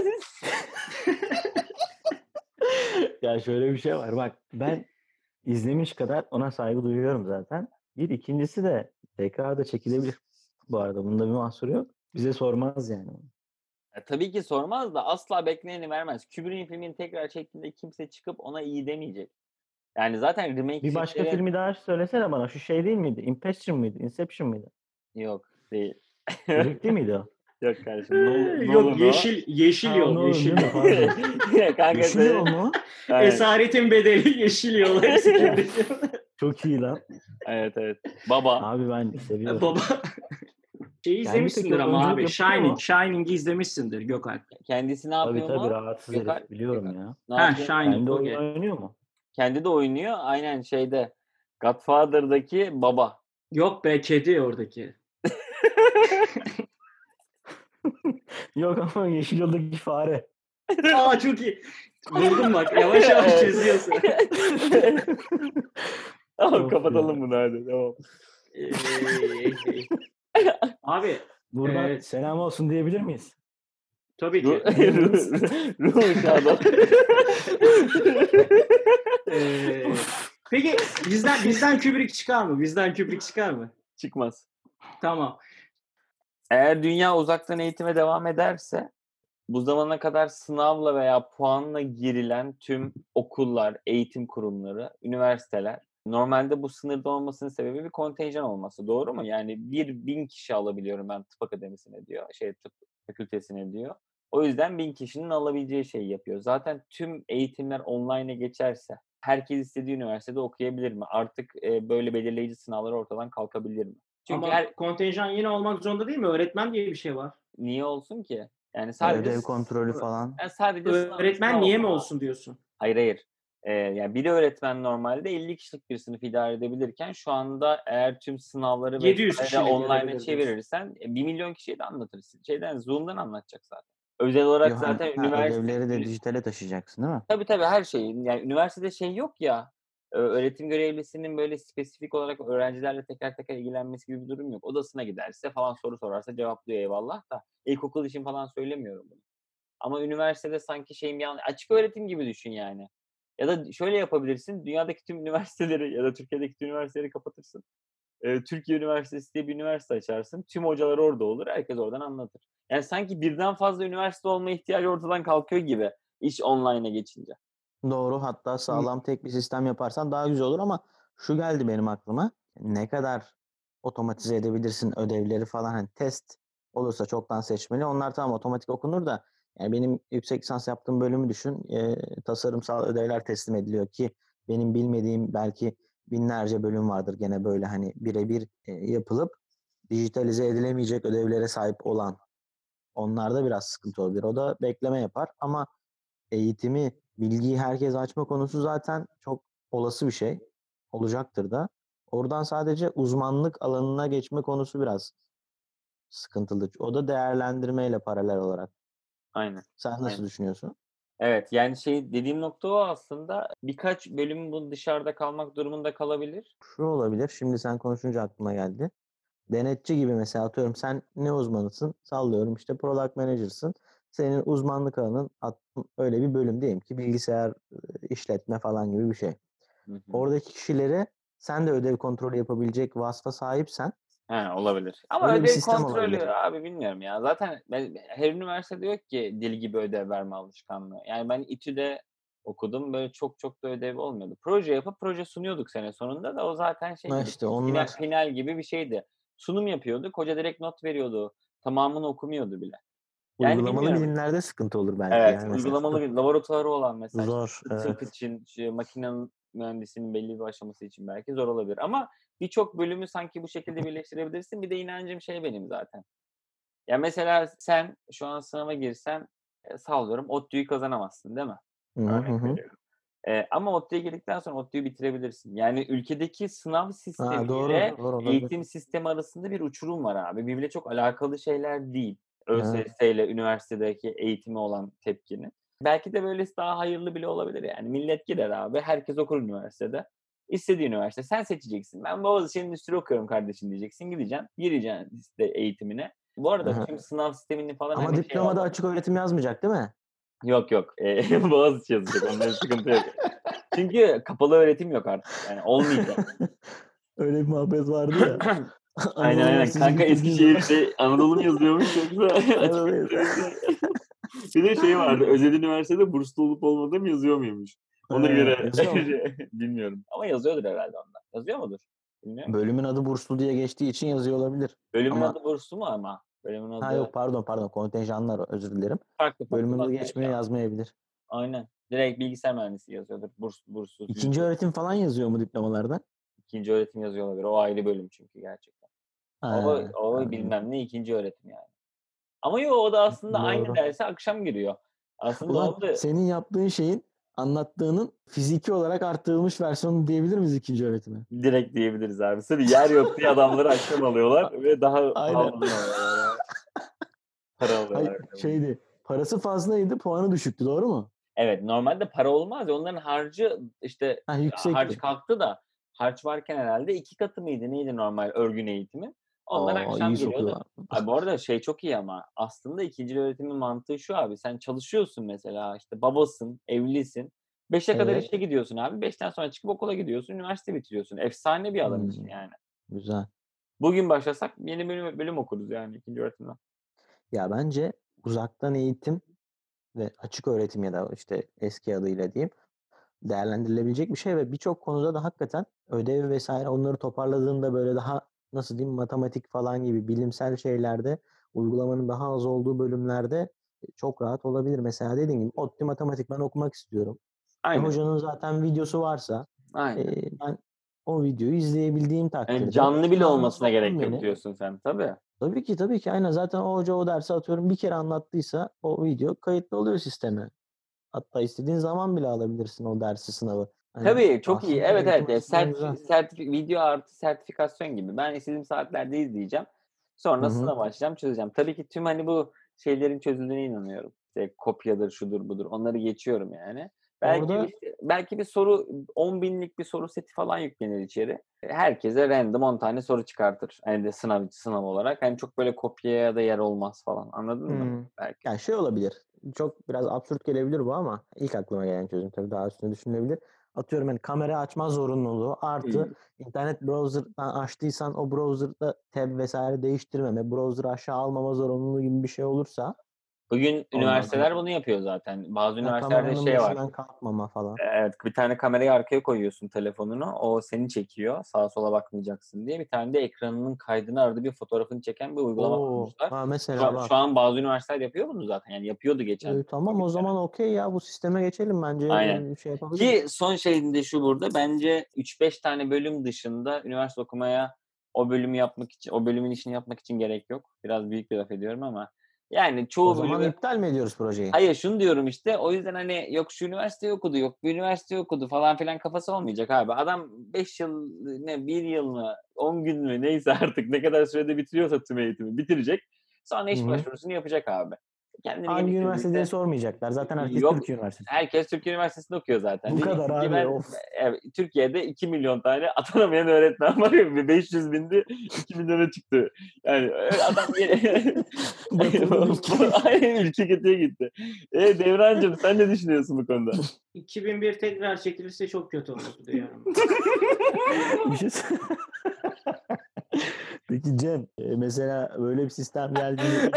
ya şöyle bir şey var. Bak ben izlemiş kadar ona saygı duyuyorum zaten. Bir ikincisi de tekrar da çekilebilir. Bu arada bunda bir mahsuru yok. Bize sormaz yani. Tabii ki sormaz da asla bekleneni vermez. Kubrick'in filmini tekrar çektiğinde kimse çıkıp ona iyi demeyecek. Yani zaten remake Bir başka filmlerin filmi daha söylesene bana. Şu şey değil miydi? Inception mıydı? Inception mıydı? yok değil. Kubrick değil miydi o? Yok kardeşim. Yok Nolan o. yeşil Ha o yol. Nolan Yeşil değil mi? yol. Pardon. Kanka Yeşil Yol sen. mu? Aynen. Esaretin bedeli yeşil yol. Hepsi Kubrick. Çok iyi lan. Evet. Baba. Abi ben seviyorum. Baba. Şeyi Yani izlemişsindir peki ama oyunculuk abi. yapıyor mu? Shining'i izlemişsindir Gökalp. Kendisi ne Tabii yapıyor tabii mu? rahatsız herif. Gökalp. Biliyorum ya. Ne Ha yapıyor mu? Shining. Kendi oyun Okey. oynuyor mu? Kendi de oynuyor. Aynen şeyde. Godfather'daki baba. Yok be kedi oradaki. Yok ama Yeşil Yol'daki fare. Aa çok iyi. Buldum bak. Yavaş yavaş Evet. çözüyorsun. Tamam Of kapatalım ya. bunu hadi. Tamam. Abi Buradan e, selam olsun diyebilir miyiz? tabii ki. Ruh şadı. Peki bizden Kubrick çıkar mı? Bizden Kubrick çıkar mı? Çıkmaz. Tamam. Eğer dünya uzaktan eğitime devam ederse bu zamana kadar sınavla veya puanla girilen tüm okullar, eğitim kurumları, üniversiteler normalde bu sınırda olmasının sebebi bir kontenjan olması. Doğru mu? Yani 1000 kişi alabiliyorum ben tıp akademisine diyor. Tıp fakültesine diyor. O yüzden 1000 kişinin alabileceği şeyi yapıyor. Zaten tüm eğitimler online'a geçerse herkes istediği üniversitede okuyabilir mi? Artık böyle belirleyici sınavlar ortadan kalkabilir mi? Çünkü Ama kontenjan yine olmak zorunda değil mi? Öğretmen diye bir şey var. niye olsun ki? Yani sadece Ödev kontrolü falan. yani sadece Öğretmen niye mi olsun diyorsun? Hayır. Yani bir öğretmen normalde 50 kişilik bir sınıf idare edebilirken şu anda eğer tüm sınavları 700 vesaire kişilik online'a edebilir diyorsun. çevirirsen 1 milyon kişiye de anlatırsın. Zoom'dan anlatacak zaten. Özel olarak zaten Ödevleri de dijitale taşıyacaksın değil mi? Tabii her şeyi. Yani üniversitede şey yok ya, öğretim görevlisinin böyle spesifik olarak öğrencilerle teker teker ilgilenmesi gibi bir durum yok. Odasına giderse falan soru sorarsa cevaplıyor eyvallah da. İlkokul için falan söylemiyorum bunu. Ama üniversitede sanki açık öğretim gibi düşün yani. Ya da şöyle yapabilirsin, dünyadaki tüm üniversiteleri ya da Türkiye'deki tüm üniversiteleri kapatırsın. Türkiye Üniversitesi diye bir üniversite açarsın. Tüm hocalar orada olur, herkes oradan anlatır. Yani sanki birden fazla üniversite olma ihtiyacı ortadan kalkıyor gibi iş online'a geçince. Doğru. Hatta sağlam tek bir sistem yaparsan daha güzel olur ama şu geldi benim aklıma. Ne kadar otomatize edebilirsin ödevleri falan. Hani test olursa çoktan seçmeli. Onlar tamam otomatik okunur da yani benim yüksek lisans yaptığım bölümü düşün. Tasarımsal ödevler teslim ediliyor ki benim bilmediğim belki binlerce bölüm vardır gene böyle hani birebir yapılıp dijitalize edilemeyecek ödevlere sahip olan. Onlarda biraz sıkıntı olabilir. O da bekleme yapar ama eğitimi, bilgiyi herkes açma konusu zaten çok olası bir şey. Olacaktır da. Oradan sadece uzmanlık alanına geçme konusu biraz sıkıntılı. O da değerlendirmeyle paralel olarak. Aynen. Sen nasıl Aynen. düşünüyorsun? Evet, yani dediğim nokta o aslında. Birkaç bölüm bu dışarıda kalmak durumunda kalabilir. Şu olabilir. Şimdi sen konuşunca aklıma geldi. Denetçi gibi mesela atıyorum sen ne uzmanısın? Sallıyorum işte product manager'sın. Senin uzmanlık alanın öyle bir bölüm diyelim ki bilgisayar işletme falan gibi bir şey. Hı hı. Oradaki kişilere sen de ödev kontrolü yapabilecek vasfa sahipsen He, olabilir. Ama öyle bir ödev sistem kontrolü olabilir. abi bilmiyorum ya. Zaten her üniversitede yok ki deli gibi ödev verme alışkanlığı. Yani ben İTÜ'de okudum. Böyle çok da ödev olmuyordu. Proje yapıp proje sunuyorduk sene sonunda da o zaten şey Ha gibi işte onlar final gibi bir şeydi. Sunum yapıyorduk. Hoca direkt not veriyordu. Tamamını okumuyordu bile. Yani uygulamalı bilmiyorum. bilimlerde sıkıntı olur belki Evet, yani mesela. uygulamalı bir laboratuvarı olan mesela işte Zor, tıp evet. için, makine mühendisinin belli bir aşaması için belki zor olabilir ama birçok bölümü sanki bu şekilde birleştirebilirsin. Bir de inancım benim zaten. Ya, mesela sen şu an sınava girsen, sallıyorum ODTÜ'yü kazanamazsın, değil mi? Hı hı hı. Örnek Hı. veriyorum. Ama ODTÜ'ye girdikten sonra ODTÜ'yü bitirebilirsin. Yani ülkedeki sınav Ha, doğru, sistemiyle doğru olabilir. eğitim sistemi arasında bir uçurum var abi. Birbiriyle çok alakalı şeyler değil. Evet. ÖSS ile üniversitedeki eğitime olan tepkinin. Belki de böylesi daha hayırlı bile olabilir yani. Millet gider abi, herkes okur üniversitede. İstediği üniversite. Sen seçeceksin. Ben Boğaziçi Endüstri okuyorum kardeşim diyeceksin. Gideceksin, gireceksin işte eğitimine. Bu arada Aha. tüm sınav sistemini falan Ama hani diplomada açık öğretim yazmayacak değil mi? yok yok. Boğaziçi yazacak. Onların sıkıntı yok. Çünkü kapalı öğretim yok artık. Yani olmayacak. Öyle bir muhabbet vardı ya. Aynen, Anadolu aynen. Üniversitesi Kanka bitirdiğin zaman Eskişehir'de Anadolu mu yazıyormuş yoksa açık Anadolu öğretimde? Bir de vardı. Özel üniversitede burslu olup olmadığım yazıyor muymuş? Ona göre yazıyor mu? bilmiyorum. Ama yazıyordur herhalde onlar. Yazıyor mudur? Bilmiyorum ki. Bölümün adı burslu diye geçtiği için yazıyor olabilir. Bölümün Ama adı burslu mu ama? Bölümün ha adı yok pardon kontenjanlar özür dilerim. farklı Bölümün adı kontenjan. geçmiyor yazmayabilir. Aynen. Direkt bilgisayar mühendisi yazıyordur. Burssuz, İkinci %100. öğretim falan yazıyor mu diplomalarda? İkinci öğretim yazıyor olabilir. O ayrı bölüm çünkü gerçekten. Ha, O anladım. bilmem ne ikinci öğretim yani. Ama yo o da aslında aynı Doğru. derse akşam giriyor. Aslında Ulan o da senin yaptığın şeyin anlattığının fiziki olarak arttırılmış versiyonu diyebilir miyiz ikinci öğretime? direkt diyebiliriz abi. Sırf yer yok diye adamları akşam A- alıyorlar ve daha Aynen. pahalılığını alıyorlar abi. Para Hayır, alıyorlar bir de bunun. şeydi. Parası fazlaydı, puanı düşüktü, doğru mu? Evet, normalde para olmaz ya. Onların harcı işte Ha, harç yüksekti. kalktı da harç varken herhalde 2 katı mıydı neydi normal örgün eğitimin? Onlar Aa, iyi akşam geliyordu. sokuyorlar. Ay, bu arada çok iyi ama aslında ikincil öğretimin mantığı şu abi. Sen çalışıyorsun mesela işte babasın, evlisin. 5'e kadar Evet. işe gidiyorsun abi. 5'ten sonra çıkıp okula gidiyorsun, üniversite bitiriyorsun. Efsane bir alan için Hmm, yani. güzel. Bugün başlasak yeni bölüm okuruz yani ikinci öğretimden. Ya bence uzaktan eğitim ve açık öğretim ya da işte eski adıyla diyeyim değerlendirilebilecek bir şey ve birçok konuda da hakikaten ödev vesaire onları toparladığında böyle daha nasıl diyeyim matematik falan gibi bilimsel şeylerde uygulamanın daha az olduğu bölümlerde çok rahat olabilir. Mesela dediğim gibi ODTÜ matematik ben okumak istiyorum. Aynen, Hocanın zaten videosu varsa aynen. ben o videoyu izleyebildiğim Yani takdirde canlı bile sınavdan olmasına soktum gerek yok beni. diyorsun sen. Tabii. Tabii ki aynen zaten o hoca o dersi atıyorum bir kere anlattıysa o video kayıtlı oluyor sisteme. Hatta istediğin zaman bile alabilirsin o dersi sınavı. Hani Tabii, çok iyi. aslında Evet, eğitim evet. açısından güzel. Video artı sertifikasyon gibi. Ben istediğim saatlerde izleyeceğim. Hı Sonra hı. sınava açacağım, çözeceğim. Tabii ki tüm, hani, bu şeylerin çözüldüğüne inanıyorum. İşte kopyadır, şudur budur. Onları geçiyorum yani. Orada Belki bir soru 10.000'lik bir soru seti falan yüklenir içeri. Herkese random 10 tane soru çıkartır. Hani de sınav olarak. Hani çok böyle kopyaya da yer olmaz falan. Anladın mı? Belki. ya şey olabilir. Çok biraz absürt gelebilir bu ama ilk aklıma gelen çözüm tabii daha üstüne düşünülebilir. Atıyorum hani kamera açma zorunluluğu artı Hımm. internet browser'dan açtıysan o browser'da tab vesaire değiştirmeme, browser'ı aşağı almama zorunluluğu gibi bir şey olursa Bugün ondan üniversiteler sonra bunu yapıyor zaten. Bazı üniversitelerde kameranın şey var. başından kalkmama falan. Evet, bir tane kamerayı arkaya koyuyorsun telefonunu. O seni çekiyor. Sağa sola bakmayacaksın diye. Bir tane de ekranının kaydını arada bir fotoğrafını çeken bir uygulama Oo, kurmuşlar. ha Şu mesela an şu bak. an bazı üniversiteler yapıyor bunu zaten. Yani yapıyordu geçen Tamam o Covid'de. zaman okey ya bu sisteme geçelim bence Aynen. şey yapabiliriz. Ki son şeyinde şu burada bence 3-5 tane bölüm dışında üniversite okumaya o bölümün işini yapmak için gerek yok. Biraz büyük bir laf ediyorum ama Yani O çoğu zaman bölümü... iptal mi ediyoruz projeyi? Hayır, şunu diyorum işte, o yüzden hani yok şu üniversite okudu, yok bu üniversite okudu falan filan kafası olmayacak abi. Adam 5 yıl ne 1 yıl mı 10 gün mü neyse artık ne kadar sürede bitiriyorsa tüm eğitimi bitirecek. Sonra iş Hı-hı. başvurusunu yapacak abi. Kendini Hangi üniversite diye geliştirdiyse sormayacaklar. Zaten herkes yok. Türkiye Üniversitesi. Herkes Türkiye Üniversitesi'nde okuyor zaten. Bu kadar Diyeceksin ki abi, ben of. Türkiye'de 2 milyon tane atanamayan öğretmen var ya, 500 bindi 2 milyona çıktı. Yani adam Batırdı ülkeyi. aynen ülke kötüye gitti. Devrancığım sen ne düşünüyorsun bu konuda? 2001 tekrar çekilirse çok kötü olur diyorum. Bir şey Peki Cem, mesela böyle bir sistem geldiğinde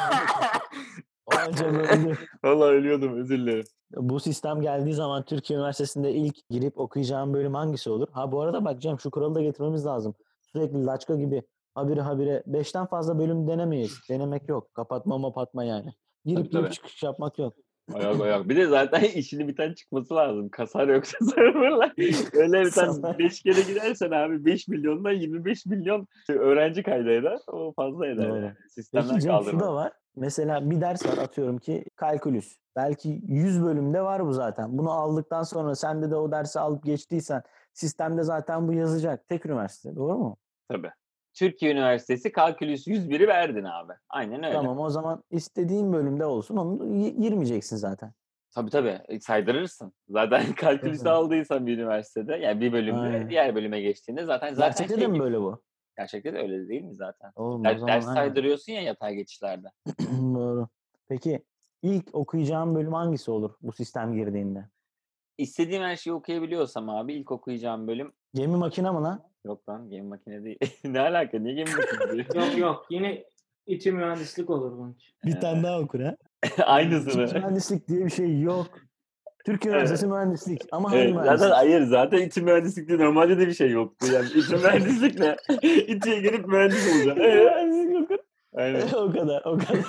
Cem öldü. Vallahi ölüyordum, özür dilerim. Bu sistem geldiği zaman Türkiye Üniversitesi'nde ilk girip okuyacağım bölüm hangisi olur? Ha bu arada bak Cem, şu kuralı da getirmemiz lazım. Sürekli laçka gibi habire 5'ten fazla bölüm denemeyiz. Denemek yok. Kapatma yani. Girip Tabii. çıkış yapmak yok. Yok. Bir de zaten işini biten çıkması lazım. Kasar yoksa serverlar. Öyle bir tane 5 kere gidersen abi 5 milyondan 25 milyon öğrenci kaydı eder. O fazla eder Doğru. yani. Peki Sistemden Cem, şu da kaldırmak. var. Mesela bir ders var, atıyorum ki kalkülüs. Belki 100 bölümde var bu zaten. Bunu aldıktan sonra sen de o dersi alıp geçtiysen sistemde zaten bu yazacak. Tek üniversite. Doğru mu? Tabii. Türkiye Üniversitesi Kalkülüs 101'i verdin abi. Aynen öyle. Tamam, o zaman istediğin bölümde olsun. Onu girmeyeceksin zaten. Tabii. Saydırırsın. Zaten kalkülüsü aldıysan bir üniversitede, yani bir bölümde, Aynen. diğer bölüme geçtiğinde zaten Gerçekte de mi böyle bu? Gerçekte de öyle değil mi zaten? Oğlum o zaman Ders aynen. saydırıyorsun ya yatay geçişlerde. Doğru. Peki ilk okuyacağım bölüm hangisi olur bu sistem girdiğinde? İstediğim her şeyi okuyabiliyorsam abi ilk okuyacağım bölüm... Gemi makine mi lan? Yok lan, gemi makine değil. Ne alaka? Niye gemi makine değil? Yok. Yine İTÜ mühendislik olur bunun için. Bir tane daha okur ha. Aynısını. Mühendislik diye bir şey yok. Türkiye Üniversitesi mühendislik. Ama hangi Evet, mühendislik? zaten İTÜ mühendislik diye normalde de bir şey yoktu. Yani İTÜ mühendislik ne? İTÜ'ye gelip mühendis olacaksın. Mühendislik okur. Aynen. O kadar.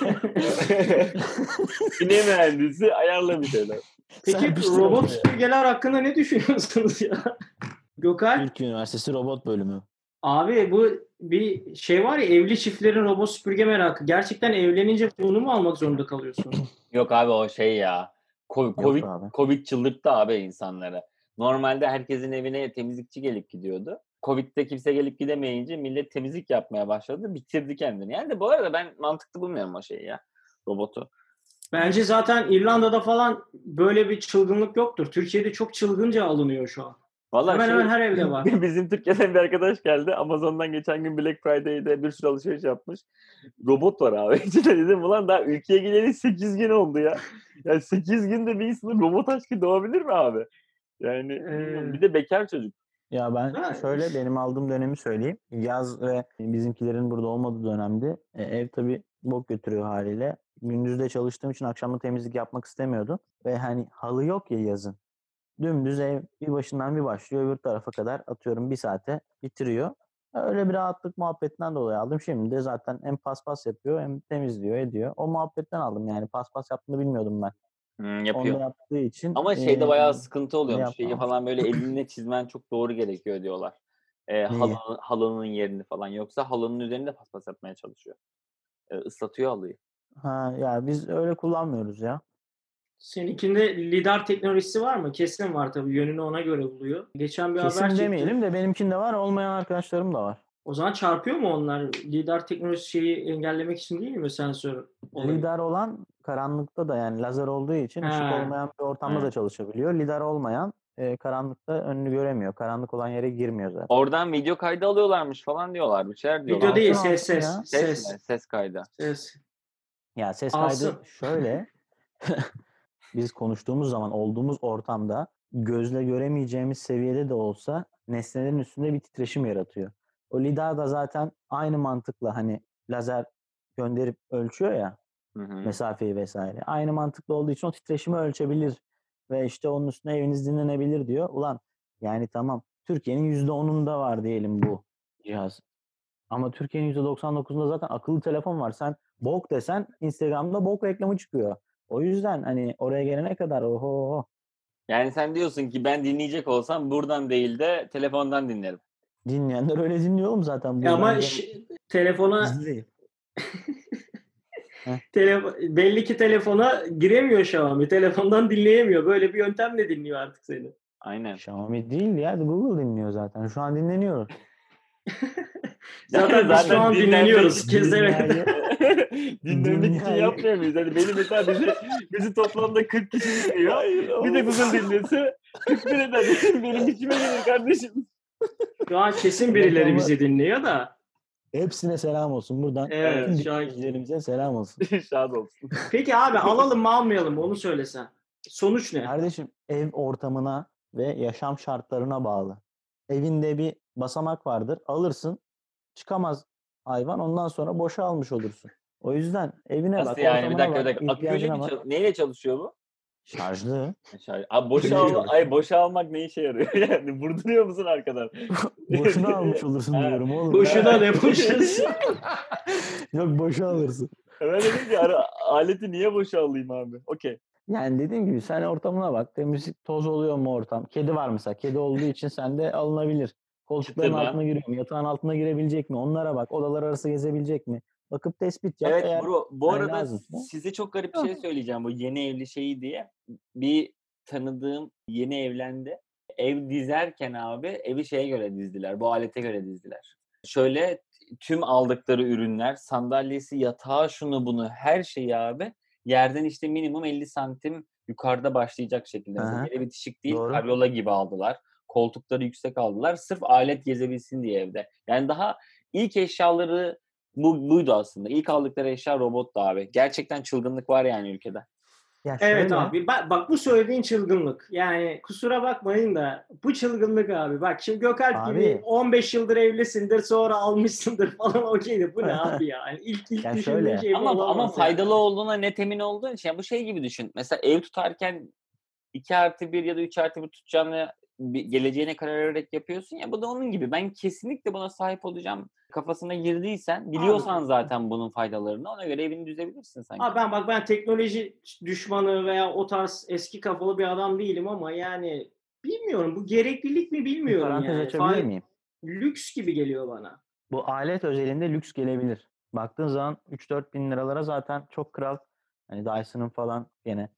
Yine mühendisi ayarla bir şeyler. Peki robot süpürgeler hakkında ne düşünüyorsunuz ya? Gökhan? Türkiye Üniversitesi robot bölümü. Abi bu bir şey var ya, evli çiftlerin robot süpürge merakı. Gerçekten evlenince bunu mu almak zorunda kalıyorsun? Yok abi, o şey ya. Yok abi. Covid çıldırttı abi insanları. Normalde herkesin evine temizlikçi gelip gidiyordu. Covid'de kimse gelip gidemeyince millet temizlik yapmaya başladı. Bitirdi kendini. Yani de bu arada ben mantıklı bulmuyorum o şeyi ya. Robotu. Bence zaten İrlanda'da falan böyle bir çılgınlık yoktur. Türkiye'de çok çılgınca alınıyor şu an. Vallahi Hemen her evde var. Bizim Türkiye'den bir arkadaş geldi. Amazon'dan geçen gün Black Friday'de bir sürü alışveriş yapmış. Robot var abi. İçinde dedim ulan daha ülkeye geleli 8 gün oldu ya. Yani 8 günde bir insanın robot aşkı doğabilir mi abi? Yani bir de bekar çocuk. Ya ben şöyle benim aldığım dönemi söyleyeyim. Yaz ve bizimkilerin burada olmadığı dönemde ev tabii bok götürüyor haliyle. Gündüzde çalıştığım için akşamda temizlik yapmak istemiyordum. Ve hani halı yok ya yazın. Dümdüz ev bir başından bir başlıyor, öbür tarafa kadar atıyorum 1 saate bitiriyor. Öyle bir rahatlık muhabbetinden dolayı aldım. Şimdi de zaten hem paspas yapıyor hem temizliyor ediyor. O muhabbetten aldım yani, paspas yaptığını bilmiyordum ben. Yapıyor. Onu yaptığı için. Ama şeyde bayağı sıkıntı oluyormuş. Şeyi yapmamış. falan böyle elinle çizmen çok doğru gerekiyor diyorlar. Halının yerini falan. Yoksa halının üzerinde paspas yapmaya çalışıyor. Islatıyor halıyı. Ha ya biz öyle kullanmıyoruz ya. Seninkinde lidar teknolojisi var mı? Kesin var tabii. Yönünü ona göre buluyor. Geçen bir haber Kesin çıktı. demeyelim de benimkinde var, olmayan arkadaşlarım da var. O zaman çarpıyor mu onlar? Lidar teknolojisi şeyi engellemek için değil mi sensör olayı? Lidar olan karanlıkta da, yani lazer olduğu için ışık olmayan bir ortamda da çalışabiliyor. Lidar olmayan karanlıkta önünü göremiyor. Karanlık olan yere girmiyor zaten. Oradan video kaydı alıyorlarmış falan diyorlar. Bir şeyler diyorlar. Video değil, Ses kaydı. Ya ses kaydı şöyle. Biz konuştuğumuz zaman olduğumuz ortamda gözle göremeyeceğimiz seviyede de olsa nesnelerin üstünde bir titreşim yaratıyor. O lidar da zaten aynı mantıkla, hani lazer gönderip ölçüyor ya mesafeyi vesaire. Aynı mantıklı olduğu için o titreşimi ölçebilir ve işte onun üstüne eviniz dinlenebilir diyor. Ulan yani tamam, Türkiye'nin %10'unda var diyelim bu cihaz. Ama Türkiye'nin %99'unda zaten akıllı telefon var. Sen bok desen Instagram'da bok reklamı çıkıyor. O yüzden hani oraya gelene kadar oho. Yani sen diyorsun ki ben dinleyecek olsam buradan değil de telefondan dinlerim. Dinleyenler öyle dinliyor oğlum zaten. Ama telefona Belli ki telefona giremiyor Xiaomi. Telefondan dinleyemiyor. Böyle bir yöntemle dinliyor artık seni. Aynen. Xiaomi değil ya. Google dinliyor zaten. Şu an dinleniyor. Zaten biz şu an dinleniyoruz. Kesemeden. Dinlemek için yapmıyor muyuz? Hani benim mesela bizi toplamda 40 kişi dinliyor. Bir de Google dinlese 40 bin eder. Benim içime gelir kardeşim. Şu an kesin birileri bizi dinliyor da. Hepsine selam olsun buradan. Evet. Tüm dinleyicilerimize selam olsun. Şad olsun. Peki abi alalım mı almayalım mı onu söylesen. Sonuç ne? Kardeşim ev ortamına ve yaşam şartlarına bağlı. Evinde bir basamak vardır. Alırsın. Çıkamaz hayvan. Ondan sonra boşa almış olursun. O yüzden evine Nasıl bak. yani? Bir ortamına dakika. bak, Aküyle mi neyle çalışıyor bu? Şarjlı. Abi boşa almak ne işe yarıyor? Yani vurduruyor musun arkadan? Boşuna almış olursun diyorum oğlum. Boşuna ne boşasın? Yok boşa alırsın. Ben dedim ki aleti niye boşa alayım abi? Okey. Yani dediğim gibi sen ortamına bak. Temizlik toz oluyor mu ortam? Kedi var mesela. Kedi olduğu için sende alınabilir. Koltukların altına giriyor mu? Yatağın altına girebilecek mi? Onlara bak. Odalar arası gezebilecek mi? Bakıp tespit yap. Evet eğer bu arada lazımsa. size çok garip bir şey söyleyeceğim bu yeni evli şeyi diye. Bir tanıdığım yeni evlendi. Ev dizerken abi evi şeye göre dizdiler. Bu alete göre dizdiler. Şöyle tüm aldıkları ürünler, sandalyesi, yatağı, şunu bunu her şeyi abi yerden işte minimum 50 santim yukarıda başlayacak şekilde. Yere bitişik değil, karyola gibi aldılar. Koltukları yüksek aldılar. Sırf alet gezebilsin diye evde. Yani daha ilk eşyaları buydu aslında. İlk aldıkları eşya robottu abi. Gerçekten çılgınlık var yani ülkede. Ya evet abi. Bak bu söylediğin çılgınlık. Yani kusura bakmayın da bu çılgınlık abi. Bak şimdi Gökalp gibi 15 yıldır evlisindir sonra almışsındır falan okeydi. Bu ne abi ya? Yani ilk düşündüğün şey bu ama faydalı olduğuna net emin olduğun için. Yani bu şey gibi düşün. Mesela ev tutarken 2+1 ya da 3+1 tutacağını geleceğine karar vererek yapıyorsun ya, bu da onun gibi. Ben kesinlikle buna sahip olacağım kafasına girdiysen, biliyorsan zaten bunun faydalarını, ona göre evini düzebilirsin sanki. Abi ben teknoloji düşmanı veya o tarz eski kafalı bir adam değilim ama yani bilmiyorum, bu gereklilik mi bilmiyorum parantez yani. açabilir miyim? Lüks gibi geliyor bana. Bu alet özelinde lüks gelebilir. Baktığın zaman 3-4 bin liralara zaten çok kral. Hani Dyson'ın falan gene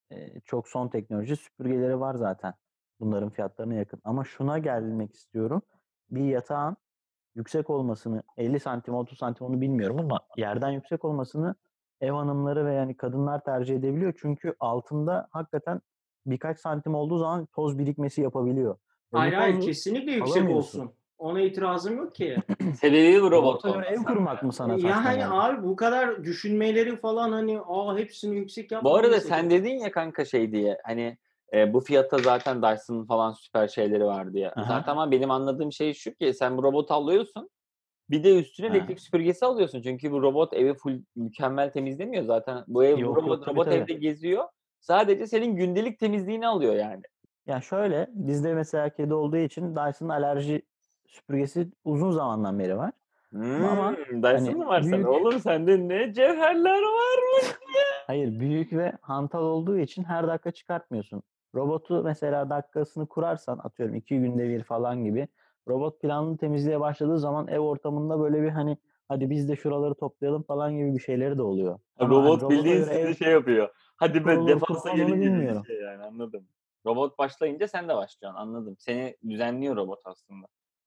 çok son teknoloji süpürgeleri var zaten. Bunların fiyatlarına yakın. Ama şuna gelmek istiyorum. Bir yatağın yüksek olmasını, 50 santim 30 santim onu bilmiyorum ama yerden yüksek olmasını ev hanımları ve yani kadınlar tercih edebiliyor. Çünkü altında hakikaten birkaç santim olduğu zaman toz birikmesi yapabiliyor. Hayır kesinlikle yüksek olsun. Ona itirazım yok ki. Sebebi bu robot ev kurmak mı sana saçma yani abi bu kadar düşünmeleri falan hani hepsini yüksek yapmak. Bu arada sen dedin ya kanka şey diye hani bu fiyatta zaten Dyson'ın falan süper şeyleri var diye. Zaten ama benim anladığım şey şu ki sen bu robot alıyorsun. Bir de üstüne elektrik süpürgesi alıyorsun. Çünkü bu robot evi full mükemmel temizlemiyor zaten. Bu robot evde geziyor. Sadece senin gündelik temizliğini alıyor yani. Ya şöyle, bizde mesela kedi olduğu için Dyson'ın alerji süpürgesi uzun zamandan beri var. Ama Dyson mı var sende? Oğlum sende ne cevherler var mı? Hayır, büyük ve hantal olduğu için her dakika çıkartmıyorsun. Robotu mesela dakikasını kurarsan, atıyorum 2 günde bir falan gibi, robot planlı temizliğe başladığı zaman ev ortamında böyle bir hani hadi biz de şuraları toplayalım falan gibi bir şeyleri de oluyor. Robot bildiğin sizi şey yapıyor. Hadi ben defansa gelin gibi bir şey yani, anladım. Robot başlayınca sen de başlıyorsun, anladım. Seni düzenliyor robot aslında.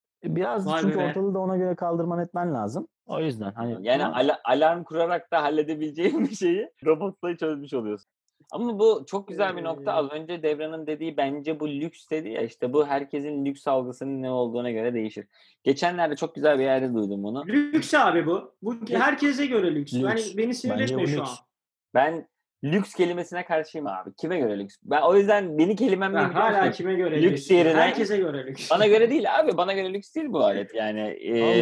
Biraz çünkü ortalığı da ona göre kaldırman etmen lazım. O yüzden hani yani alarm kurarak da halledebileceğin bir şeyi robotla çözmüş oluyorsun. Ama bu çok güzel bir nokta. Az önce Devran'ın dediği, bence bu lüks dedi ya, işte bu herkesin lüks algısının ne olduğuna göre değişir. Geçenlerde çok güzel bir yerde duydum bunu. Lüks abi bu. Bu herkese göre lüks. Beni sinir etme şu an. Ben lüks kelimesine karşıyım abi. Kime göre lüks? Ben o yüzden beni kelimemle hala kime göre lüks yerine. Herkese göre lüks. Bana göre değil abi. Bana göre lüks değil bu alet yani.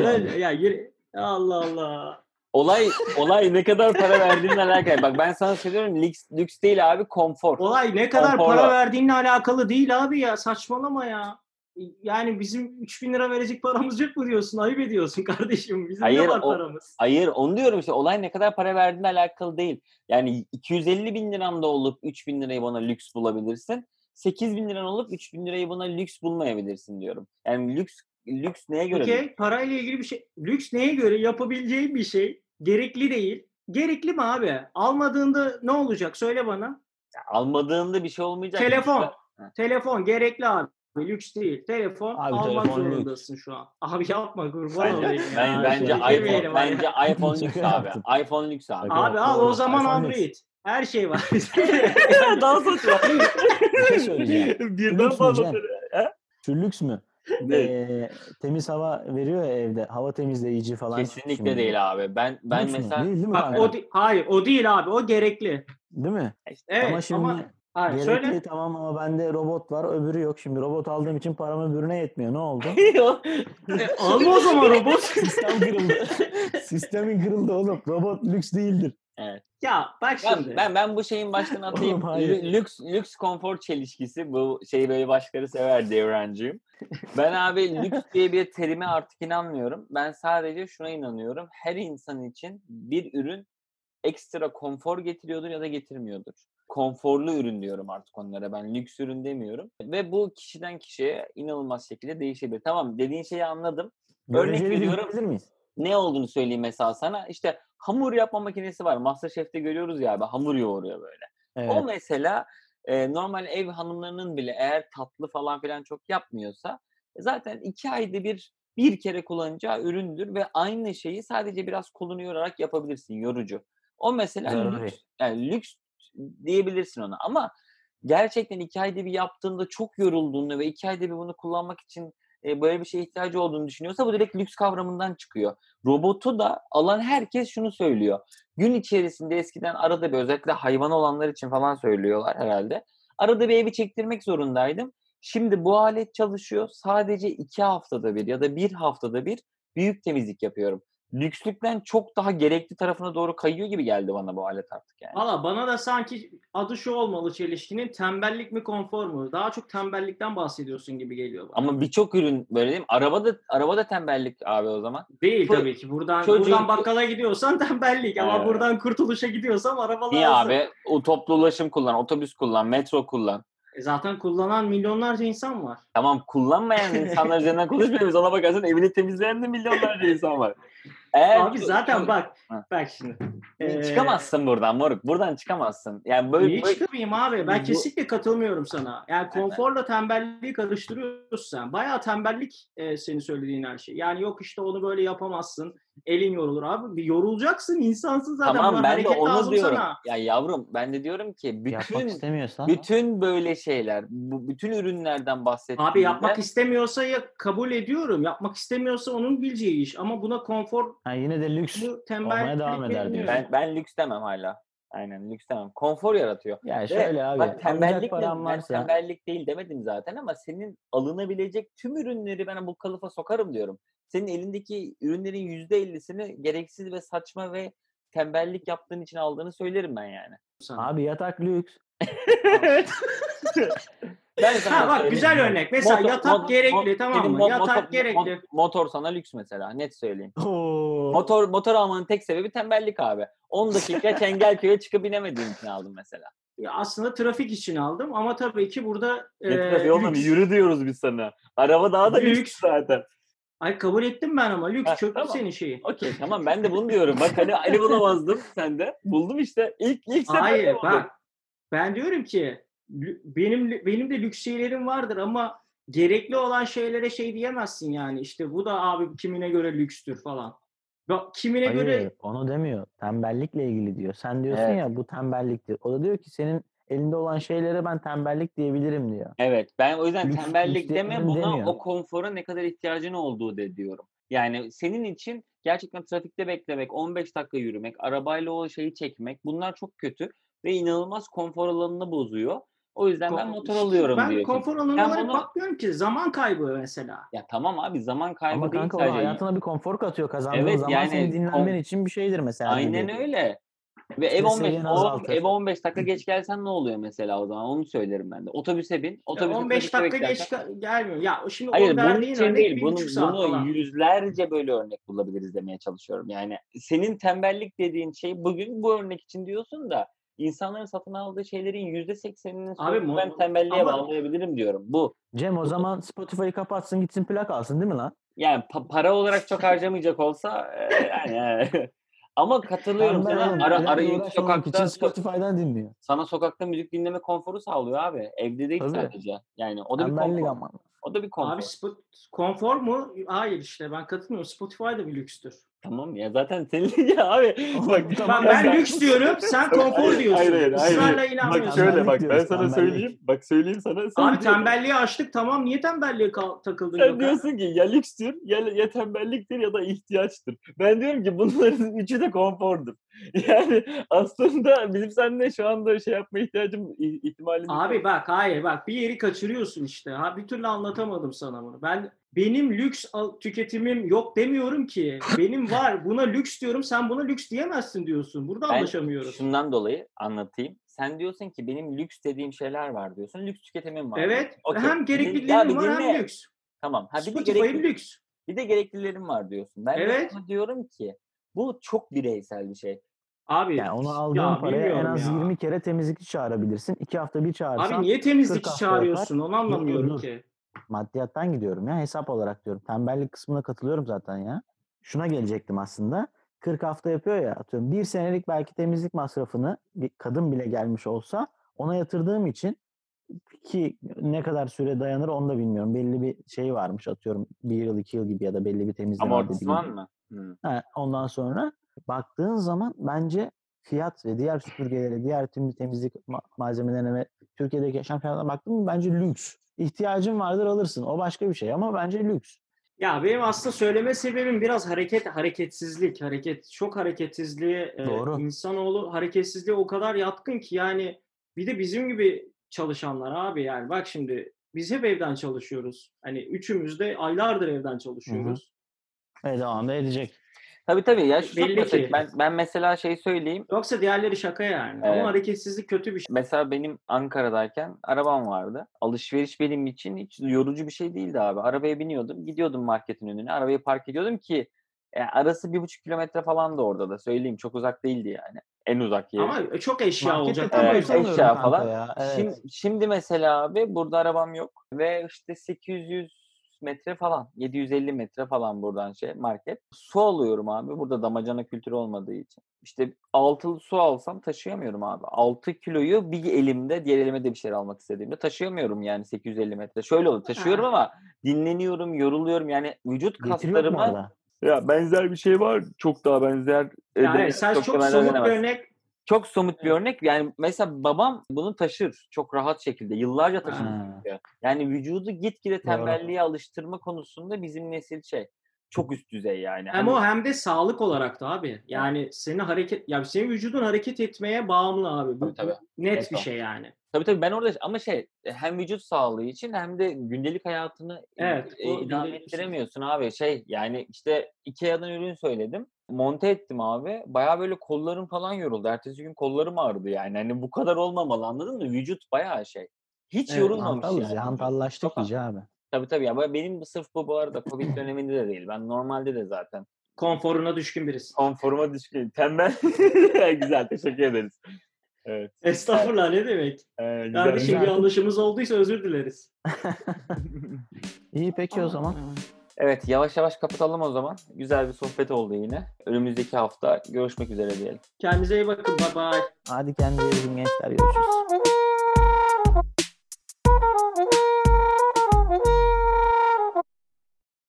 Allah Allah. Olay ne kadar para verdiğinle alakalı. Bak ben sana söylüyorum, lüks değil abi, konfor. Olay ne kadar para verdiğinle alakalı değil abi ya. Saçmalama ya. Yani bizim 3.000 lira verecek paramız yok mu diyorsun? Ayıp ediyorsun kardeşim. Bizim ne var paramız? Hayır, onu diyorum işte. Olay ne kadar para verdiğinle alakalı değil. Yani 250 bin liran da olup 3.000 lirayı bana lüks bulabilirsin. 8.000 liran olup 3.000 lirayı bana lüks bulmayabilirsin diyorum. Yani lüks neye göre? Okey, parayla ilgili bir şey. Lüks neye göre? Yapabileceğin bir şey. Gerekli değil. gerekli mi abi? Almadığında ne olacak? Söyle bana. Ya, almadığında bir şey olmayacak. Telefon. Telefon gerekli abi. Lüks değil. Telefon Abi almak telefon lüks. zorundasın şu an. Abi yapma kurban olayım ya. Bence Girmeyelim iPhone, araya. bence iPhone lüks Şaka abi. yaptım. iPhone lüks abi. Şaka. Abi al o Doğru. zaman iPhone Android. Her şey var. Daha saçma. Bir şey söyleyeceğim. Birden Lüks mü fazla Cem? He? Şu lüks mü? Ne? Temiz hava veriyor ya evde. Hava temizleyici falan. Kesinlikle şimdi. değil abi. Ben Lüks mü? mesela Değil mi Bak kanka? hayır o değil abi. O gerekli. Değil mi? Evet Ama şimdi hayır, gerekli söyle. tamam ama bende robot var öbürü yok. Şimdi robot aldığım için param öbürüne yetmiyor. Ne oldu? Alma o zaman robot. Sistem kırıldı. Sistemin kırıldı oğlum. Robot lüks değildir. Evet. Ya bak şimdi. Ben bu şeyin baştan atayım. Oğlum, hayır. Lüks konfor çelişkisi, bu şeyi böyle başkaları sever Devrancığım. Ben abi lüks diye bir terime artık inanmıyorum. Ben sadece şuna inanıyorum. Her insan için bir ürün ekstra konfor getiriyordur ya da getirmiyordur. Konforlu ürün diyorum artık onlara. Ben lüks ürün demiyorum. Ve bu kişiden kişiye inanılmaz şekilde değişebilir. Tamam, dediğin şeyi anladım. Örnek Göreceli veriyorum. diyebilir miyiz? Ne olduğunu söyleyeyim mesela sana. İşte hamur yapma makinesi var. MasterChef'te görüyoruz ya abi, hamur yoğuruyor böyle. Evet. O mesela normal ev hanımlarının bile eğer tatlı falan filan çok yapmıyorsa zaten 2 ayda bir kere kullanacağı üründür ve aynı şeyi sadece biraz kolunu yorarak yapabilirsin, yorucu. O mesela Zararı. lüks. Yani lüks diyebilirsin ona ama gerçekten 2 ayda bir yaptığında çok yorulduğunu ve 2 ayda bir bunu kullanmak için böyle bir şeye ihtiyacı olduğunu düşünüyorsa bu direkt lüks kavramından çıkıyor. Robotu da alan herkes şunu söylüyor. Gün içerisinde eskiden arada bir, özellikle hayvan olanlar için falan söylüyorlar herhalde. Arada bir evi çektirmek zorundaydım. Şimdi bu alet çalışıyor. Sadece 2 haftada bir ya da 1 haftada bir büyük temizlik yapıyorum. Lükslükten çok daha gerekli tarafına doğru kayıyor gibi geldi bana bu alet artık yani. Valla bana da sanki adı şu olmalı çelişkinin, tembellik mi konfor mu? Daha çok tembellikten bahsediyorsun gibi geliyor bana. Ama birçok ürün böyle değil mi? Arabada tembellik abi o zaman. Değil tabii ki. Buradan bakkala gidiyorsan tembellik ama Evet. buradan kurtuluşa gidiyorsam araba Niye lazım. abi? O toplu ulaşım kullan, otobüs kullan, metro kullan. Zaten kullanan milyonlarca insan var. Tamam, kullanmayan insanlar üzerinden konuşmuyoruz. Ona bakarsan evini temizleyen de milyonlarca insan var. Abi zaten bak şimdi. Çıkamazsın buradan moruk. Buradan çıkamazsın. Yani Niye çıkamayayım abi? Ben kesinlikle katılmıyorum sana. Yani konforla tembelliği karıştırıyorsun sen. Bayağı tembellik senin söylediğin her şey. Yani yok işte onu böyle yapamazsın. Elin yorulur abi. Bir yorulacaksın, insansın zaten. Tamam, ben de onu diyorum. Sana. Ya yavrum, ben de diyorum ki istemiyorsan bütün böyle şeyler, bütün ürünlerden bahsettiğimde... Abi yapmak istemiyorsa ya kabul ediyorum. Yapmak istemiyorsa onun bileceği iş. Ama buna konfor... yine de lüks olmaya devam eder diyor. Ben lüks demem hala. Aynen, lüks demem. Konfor yaratıyor. Ya şöyle abi. Bak, tembellik varsa... tembellik değil demedim zaten ama senin alınabilecek tüm ürünleri ben bu kılıfa sokarım diyorum. Senin elindeki ürünlerin %50'sini gereksiz ve saçma ve tembellik yaptığın için aldığını söylerim ben yani. Abi yatak lüks. Bak güzel örnek. Mesela yatak gerekli, tamam mı? Yatak gerekli. Motor sana lüks mesela. Net söyleyeyim. Motor almanın tek sebebi tembellik abi. 10 dakika Çengelköy'e çıkıp inemediğim için aldım mesela. Ya aslında trafik için aldım ama tabii ki burada yürü diyoruz biz sana. Araba daha da lüks zaten. Ay kabul ettim ben ama lüks çöktü tamam. Senin şeyi. Okey tamam, ben de bunu diyorum. Bak hani bulamazdım sen de. Buldum işte. İlk Hayır bak. Ben diyorum ki benim de lüks şeylerim vardır ama gerekli olan şeylere şey diyemezsin yani. İşte bu da abi kimine göre lükstür falan. Bak kimine göre... onu demiyor. Tembellikle ilgili diyor. Sen diyorsun ya bu tembelliktir. O da diyor ki senin elinde olan şeylere ben tembellik diyebilirim diyor. Evet. Ben o yüzden Lüks tembellik deme, buna demiyor. o konfora ne kadar ihtiyacın olduğu de diyorum. Yani senin için gerçekten trafikte beklemek, 15 dakika yürümek, arabayla o şeyi çekmek, bunlar çok kötü ve inanılmaz konfor alanını bozuyor. O yüzden ben motor alıyorum diyor. Ben konfor alanı olarak bakmıyorum ki. Zaman kaybı mesela. Ya tamam abi, zaman kaybı ama değil kanka sadece. Ama hayatına bir konfor katıyor. Kazandığın evet, zaman senin dinlenmen için bir şeydir mesela. Aynen öyle. Ve ev 15 dakika geç gelsen ne oluyor mesela o zaman? Onu söylerim ben de. Otobüse bin. 15 dakika geç gelmiyor. Ya şimdi hayır, o bunun için değil. Bunu yüzlerce böyle örnek bulabiliriz demeye çalışıyorum. Yani senin tembellik dediğin şey bugün bu örnek için diyorsun da insanların satın aldığı şeylerin %80'inin ben tembelliğe bağlayabilirim diyorum. Bu. Cem o zaman Spotify'ı kapatsın gitsin plak alsın değil mi lan? Yani para olarak çok harcamayacak olsa yani Ama katılıyorum sana. Arayüz sokakta Spotify'dan dinliyor. Sana sokakta müzik dinleme konforu sağlıyor abi. Evde değil Tabii. sadece. Yani o da bir konfor. Ama. O da bir konfor. Abi konfor mu? Hayır işte ben katılmıyorum. Spotify da bir lükstür. Tamam ya zaten senin ya abi. Bak, ben lüks diyorum, sen konfor diyorsun. Hayır. Israrla inanmıyorsun. Bak şöyle bak ben sana söyleyeyim. Bak söyleyeyim sana. Abi tembelliği açtık tamam. Niye tembelliğe takıldın? Sen diyorsun ki ya lükstür ya tembelliktir ya da ihtiyaçtır. Ben diyorum ki bunların üçü de konfordur. Yani aslında bizim seninle şu anda şey yapma ihtimalimiz Abi yok. bak hayır bak bir yeri kaçırıyorsun işte. Ha bir türlü anlatamadım sana bunu. Benim lüks tüketimim yok demiyorum ki. Benim var. Buna lüks diyorum. Sen buna lüks diyemezsin diyorsun. Burada anlaşamıyoruz. Şundan dolayı anlatayım. Sen diyorsun ki benim lüks dediğim şeyler var diyorsun. Lüks tüketimim var. Evet. Okay. Hem gereklilerim var hem lüks. Tamam. Spotify'ın lüks. Bir de gereklilerim var diyorsun. Ben de diyorum ki bu çok bireysel bir şey. Abi yani onu aldığın paraya en az 20 kere temizlikçi çağırabilirsin. 2 hafta bir çağırsan. Abi niye temizlikçi çağırıyorsun? Onu anlamıyorum ki. Maddiyattan gidiyorum ya. Hesap olarak diyorum. Tembellik kısmına katılıyorum zaten ya. Şuna gelecektim aslında. 40 hafta yapıyor ya atıyorum. 1 senelik belki temizlik masrafını bir kadın bile gelmiş olsa ona yatırdığım için ki ne kadar süre dayanır onu da bilmiyorum. Belli bir şey varmış atıyorum 1 yıl 2 yıl gibi ya da belli bir temizleme. Amortisman mı? Ondan sonra baktığın zaman bence fiyat ve diğer süpürgelere, diğer temizlik malzemelerine ve Türkiye'deki yaşam fiyatlarına baktım mı bence lüks. İhtiyacın vardır alırsın. O başka bir şey ama bence lüks. Ya benim aslında söyleme sebebim biraz hareketsizlik. Çok hareketsizliğe insanoğlu hareketsizliğe o kadar yatkın ki yani bir de bizim gibi çalışanlar abi yani bak şimdi biz hep evden çalışıyoruz. Hani üçümüz de aylardır evden çalışıyoruz. Devam da edecek. Tabii ya şu belli ki. Ben mesela söyleyeyim. Yoksa diğerleri şaka yani. Ama hareketsizlik kötü bir şey. Mesela benim Ankara'dayken arabam vardı. Alışveriş benim için hiç yorucu bir şey değildi abi. Arabaya biniyordum. Gidiyordum marketin önüne. Arabayı park ediyordum ki arası 1,5 kilometre falan da orada da. Söyleyeyim çok uzak değildi yani. En uzak yeri. Ama çok eşya olacak. Eşya falan. Evet. Şimdi mesela abi burada arabam yok. Ve işte 800 metre falan, 750 metre falan buradan market. Su alıyorum abi. Burada damacana kültürü olmadığı için. İşte 6'lı su alsam taşıyamıyorum abi. 6 kiloyu bir elimde, diğer elime de bir şeyler almak istediğimde taşıyamıyorum yani 850 metre. Şöyle olur. Taşıyorum ama dinleniyorum, yoruluyorum. Yani vücut kaslarıma ya benzer bir şey var. Çok daha benzer. Yani sen çok somut bir örnek. Çok somut bir örnek. Yani mesela babam bunu taşır. Çok rahat şekilde. Yıllarca taşır. Yani vücudu gitgide tembelliğe alıştırma konusunda bizim nesil çok üst düzey yani. Hem de sağlık olarak da abi. Yani senin vücudun hareket etmeye bağımlı abi. Tabii. Net bir şey yani. Tabii ben orada ama hem vücut sağlığı için hem de gündelik hayatını idame ettiremiyorsun abi. Yani işte Ikea'dan ürün söyledim. Monte ettim abi. Bayağı böyle kollarım falan yoruldu. Ertesi gün kollarım ağrıdı yani. Hani bu kadar olmamalı anladın mı? Vücut bayağı hiç yorulmamış hantalız yani. Hantallaştık iyice abi. Tabii ya. Benim sırf bu arada Covid döneminde de değil. Ben normalde de zaten. Konforuna düşkün birisi. Konforuma düşkün. Tembel. Güzel teşekkür ederiz. Evet. Estağfurullah ne demek. Kardeşim bir yanlışımız olduysa özür dileriz. İyi peki o zaman. Evet yavaş yavaş kapatalım o zaman. Güzel bir sohbet oldu yine. Önümüzdeki hafta görüşmek üzere diyelim. Kendinize iyi bakın. Bye bye. Hadi kendinize iyi bakın gençler. Görüşürüz.